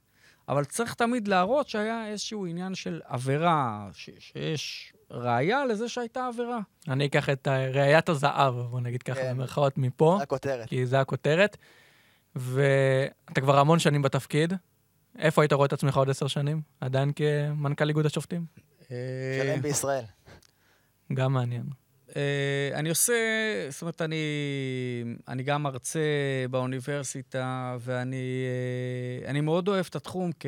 אבל צריך תמיד להראות שהיה איזשהו עניין של עבירה, ש- שיש ראייה לזה שהייתה עבירה. אני אקח את ראיית הזהב, בוא נגיד ככה, כן. במרכאות מפה, הכותרת. כי זה הכותרת, ואתה כבר המון שנים בתפקיד. איפה היית רואה את עצמך עוד עשר שנים? עדיין כמנכ"ל איגוד השופטים? שלם בישראל. גם מעניין. אני עושה, זאת אומרת, אני, אני גם מרצה באוניברסיטה, ואני אני מאוד אוהב את התחום כ...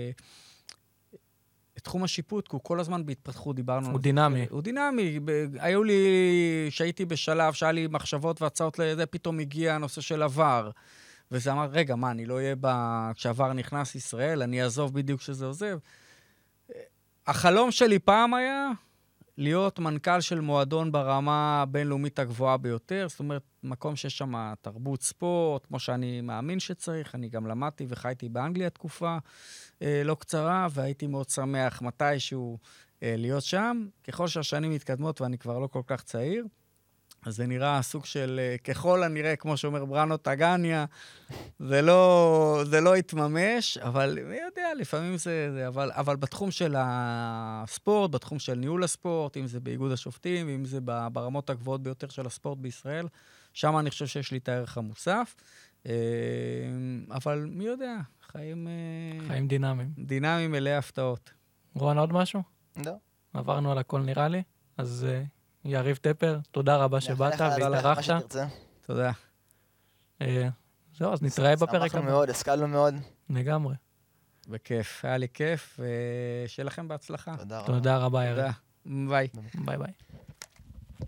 את תחום השיפוט, כי הוא כל הזמן בהתפתחות, דיברנו... הוא דינמי. הוא דינמי. היו לי, שהייתי בשלב, שהיה לי מחשבות והצעות לזה, פתאום הגיע הנושא של עבר. וזה אמר, רגע, מה, אני לא אהיה ב... כשעבר נכנס ישראל, אני אעזוב בדיוק כשזה עוזב. החלום שלי פעם היה להיות מנכ"ל של מועדון ברמה הבינלאומית הגבוהה ביותר, זאת אומרת, מקום שיש שם תרבות ספורט, כמו שאני מאמין שצריך, אני גם למדתי וחייתי באנגליה תקופה אה, לא קצרה, והייתי מאוד שמח מתישהו אה, להיות שם. ככל שהשנים מתקדמות ואני כבר לא כל כך צעיר, אז זה נראה סוג של, ככל הנראה, כמו שאומר בראנו טגניה, זה לא, זה לא יתממש, אבל מי יודע, לפעמים זה, זה אבל, אבל בתחום של הספורט, בתחום של ניהול הספורט, אם זה באיגוד השופטים, אם זה ברמות הגבוהות ביותר של הספורט בישראל, שם אני חושב שיש לי את הערך המוסף. אבל מי יודע, חיים... חיים דינמיים. דינמיים מלא הפתעות. רואן, עוד משהו? לא. עברנו על הכל נראה לי, אז... יריב טפר, תודה רבה שבאת והתארחת. תודה. זהו, אז נתראה בפרק. שמחנו מאוד, השכלנו מאוד. לגמרי. בכיף, היה לי כיף, ושיהיה לכם בהצלחה. תודה רבה. תודה רבה, יריב. תודה. ביי. ביי ביי.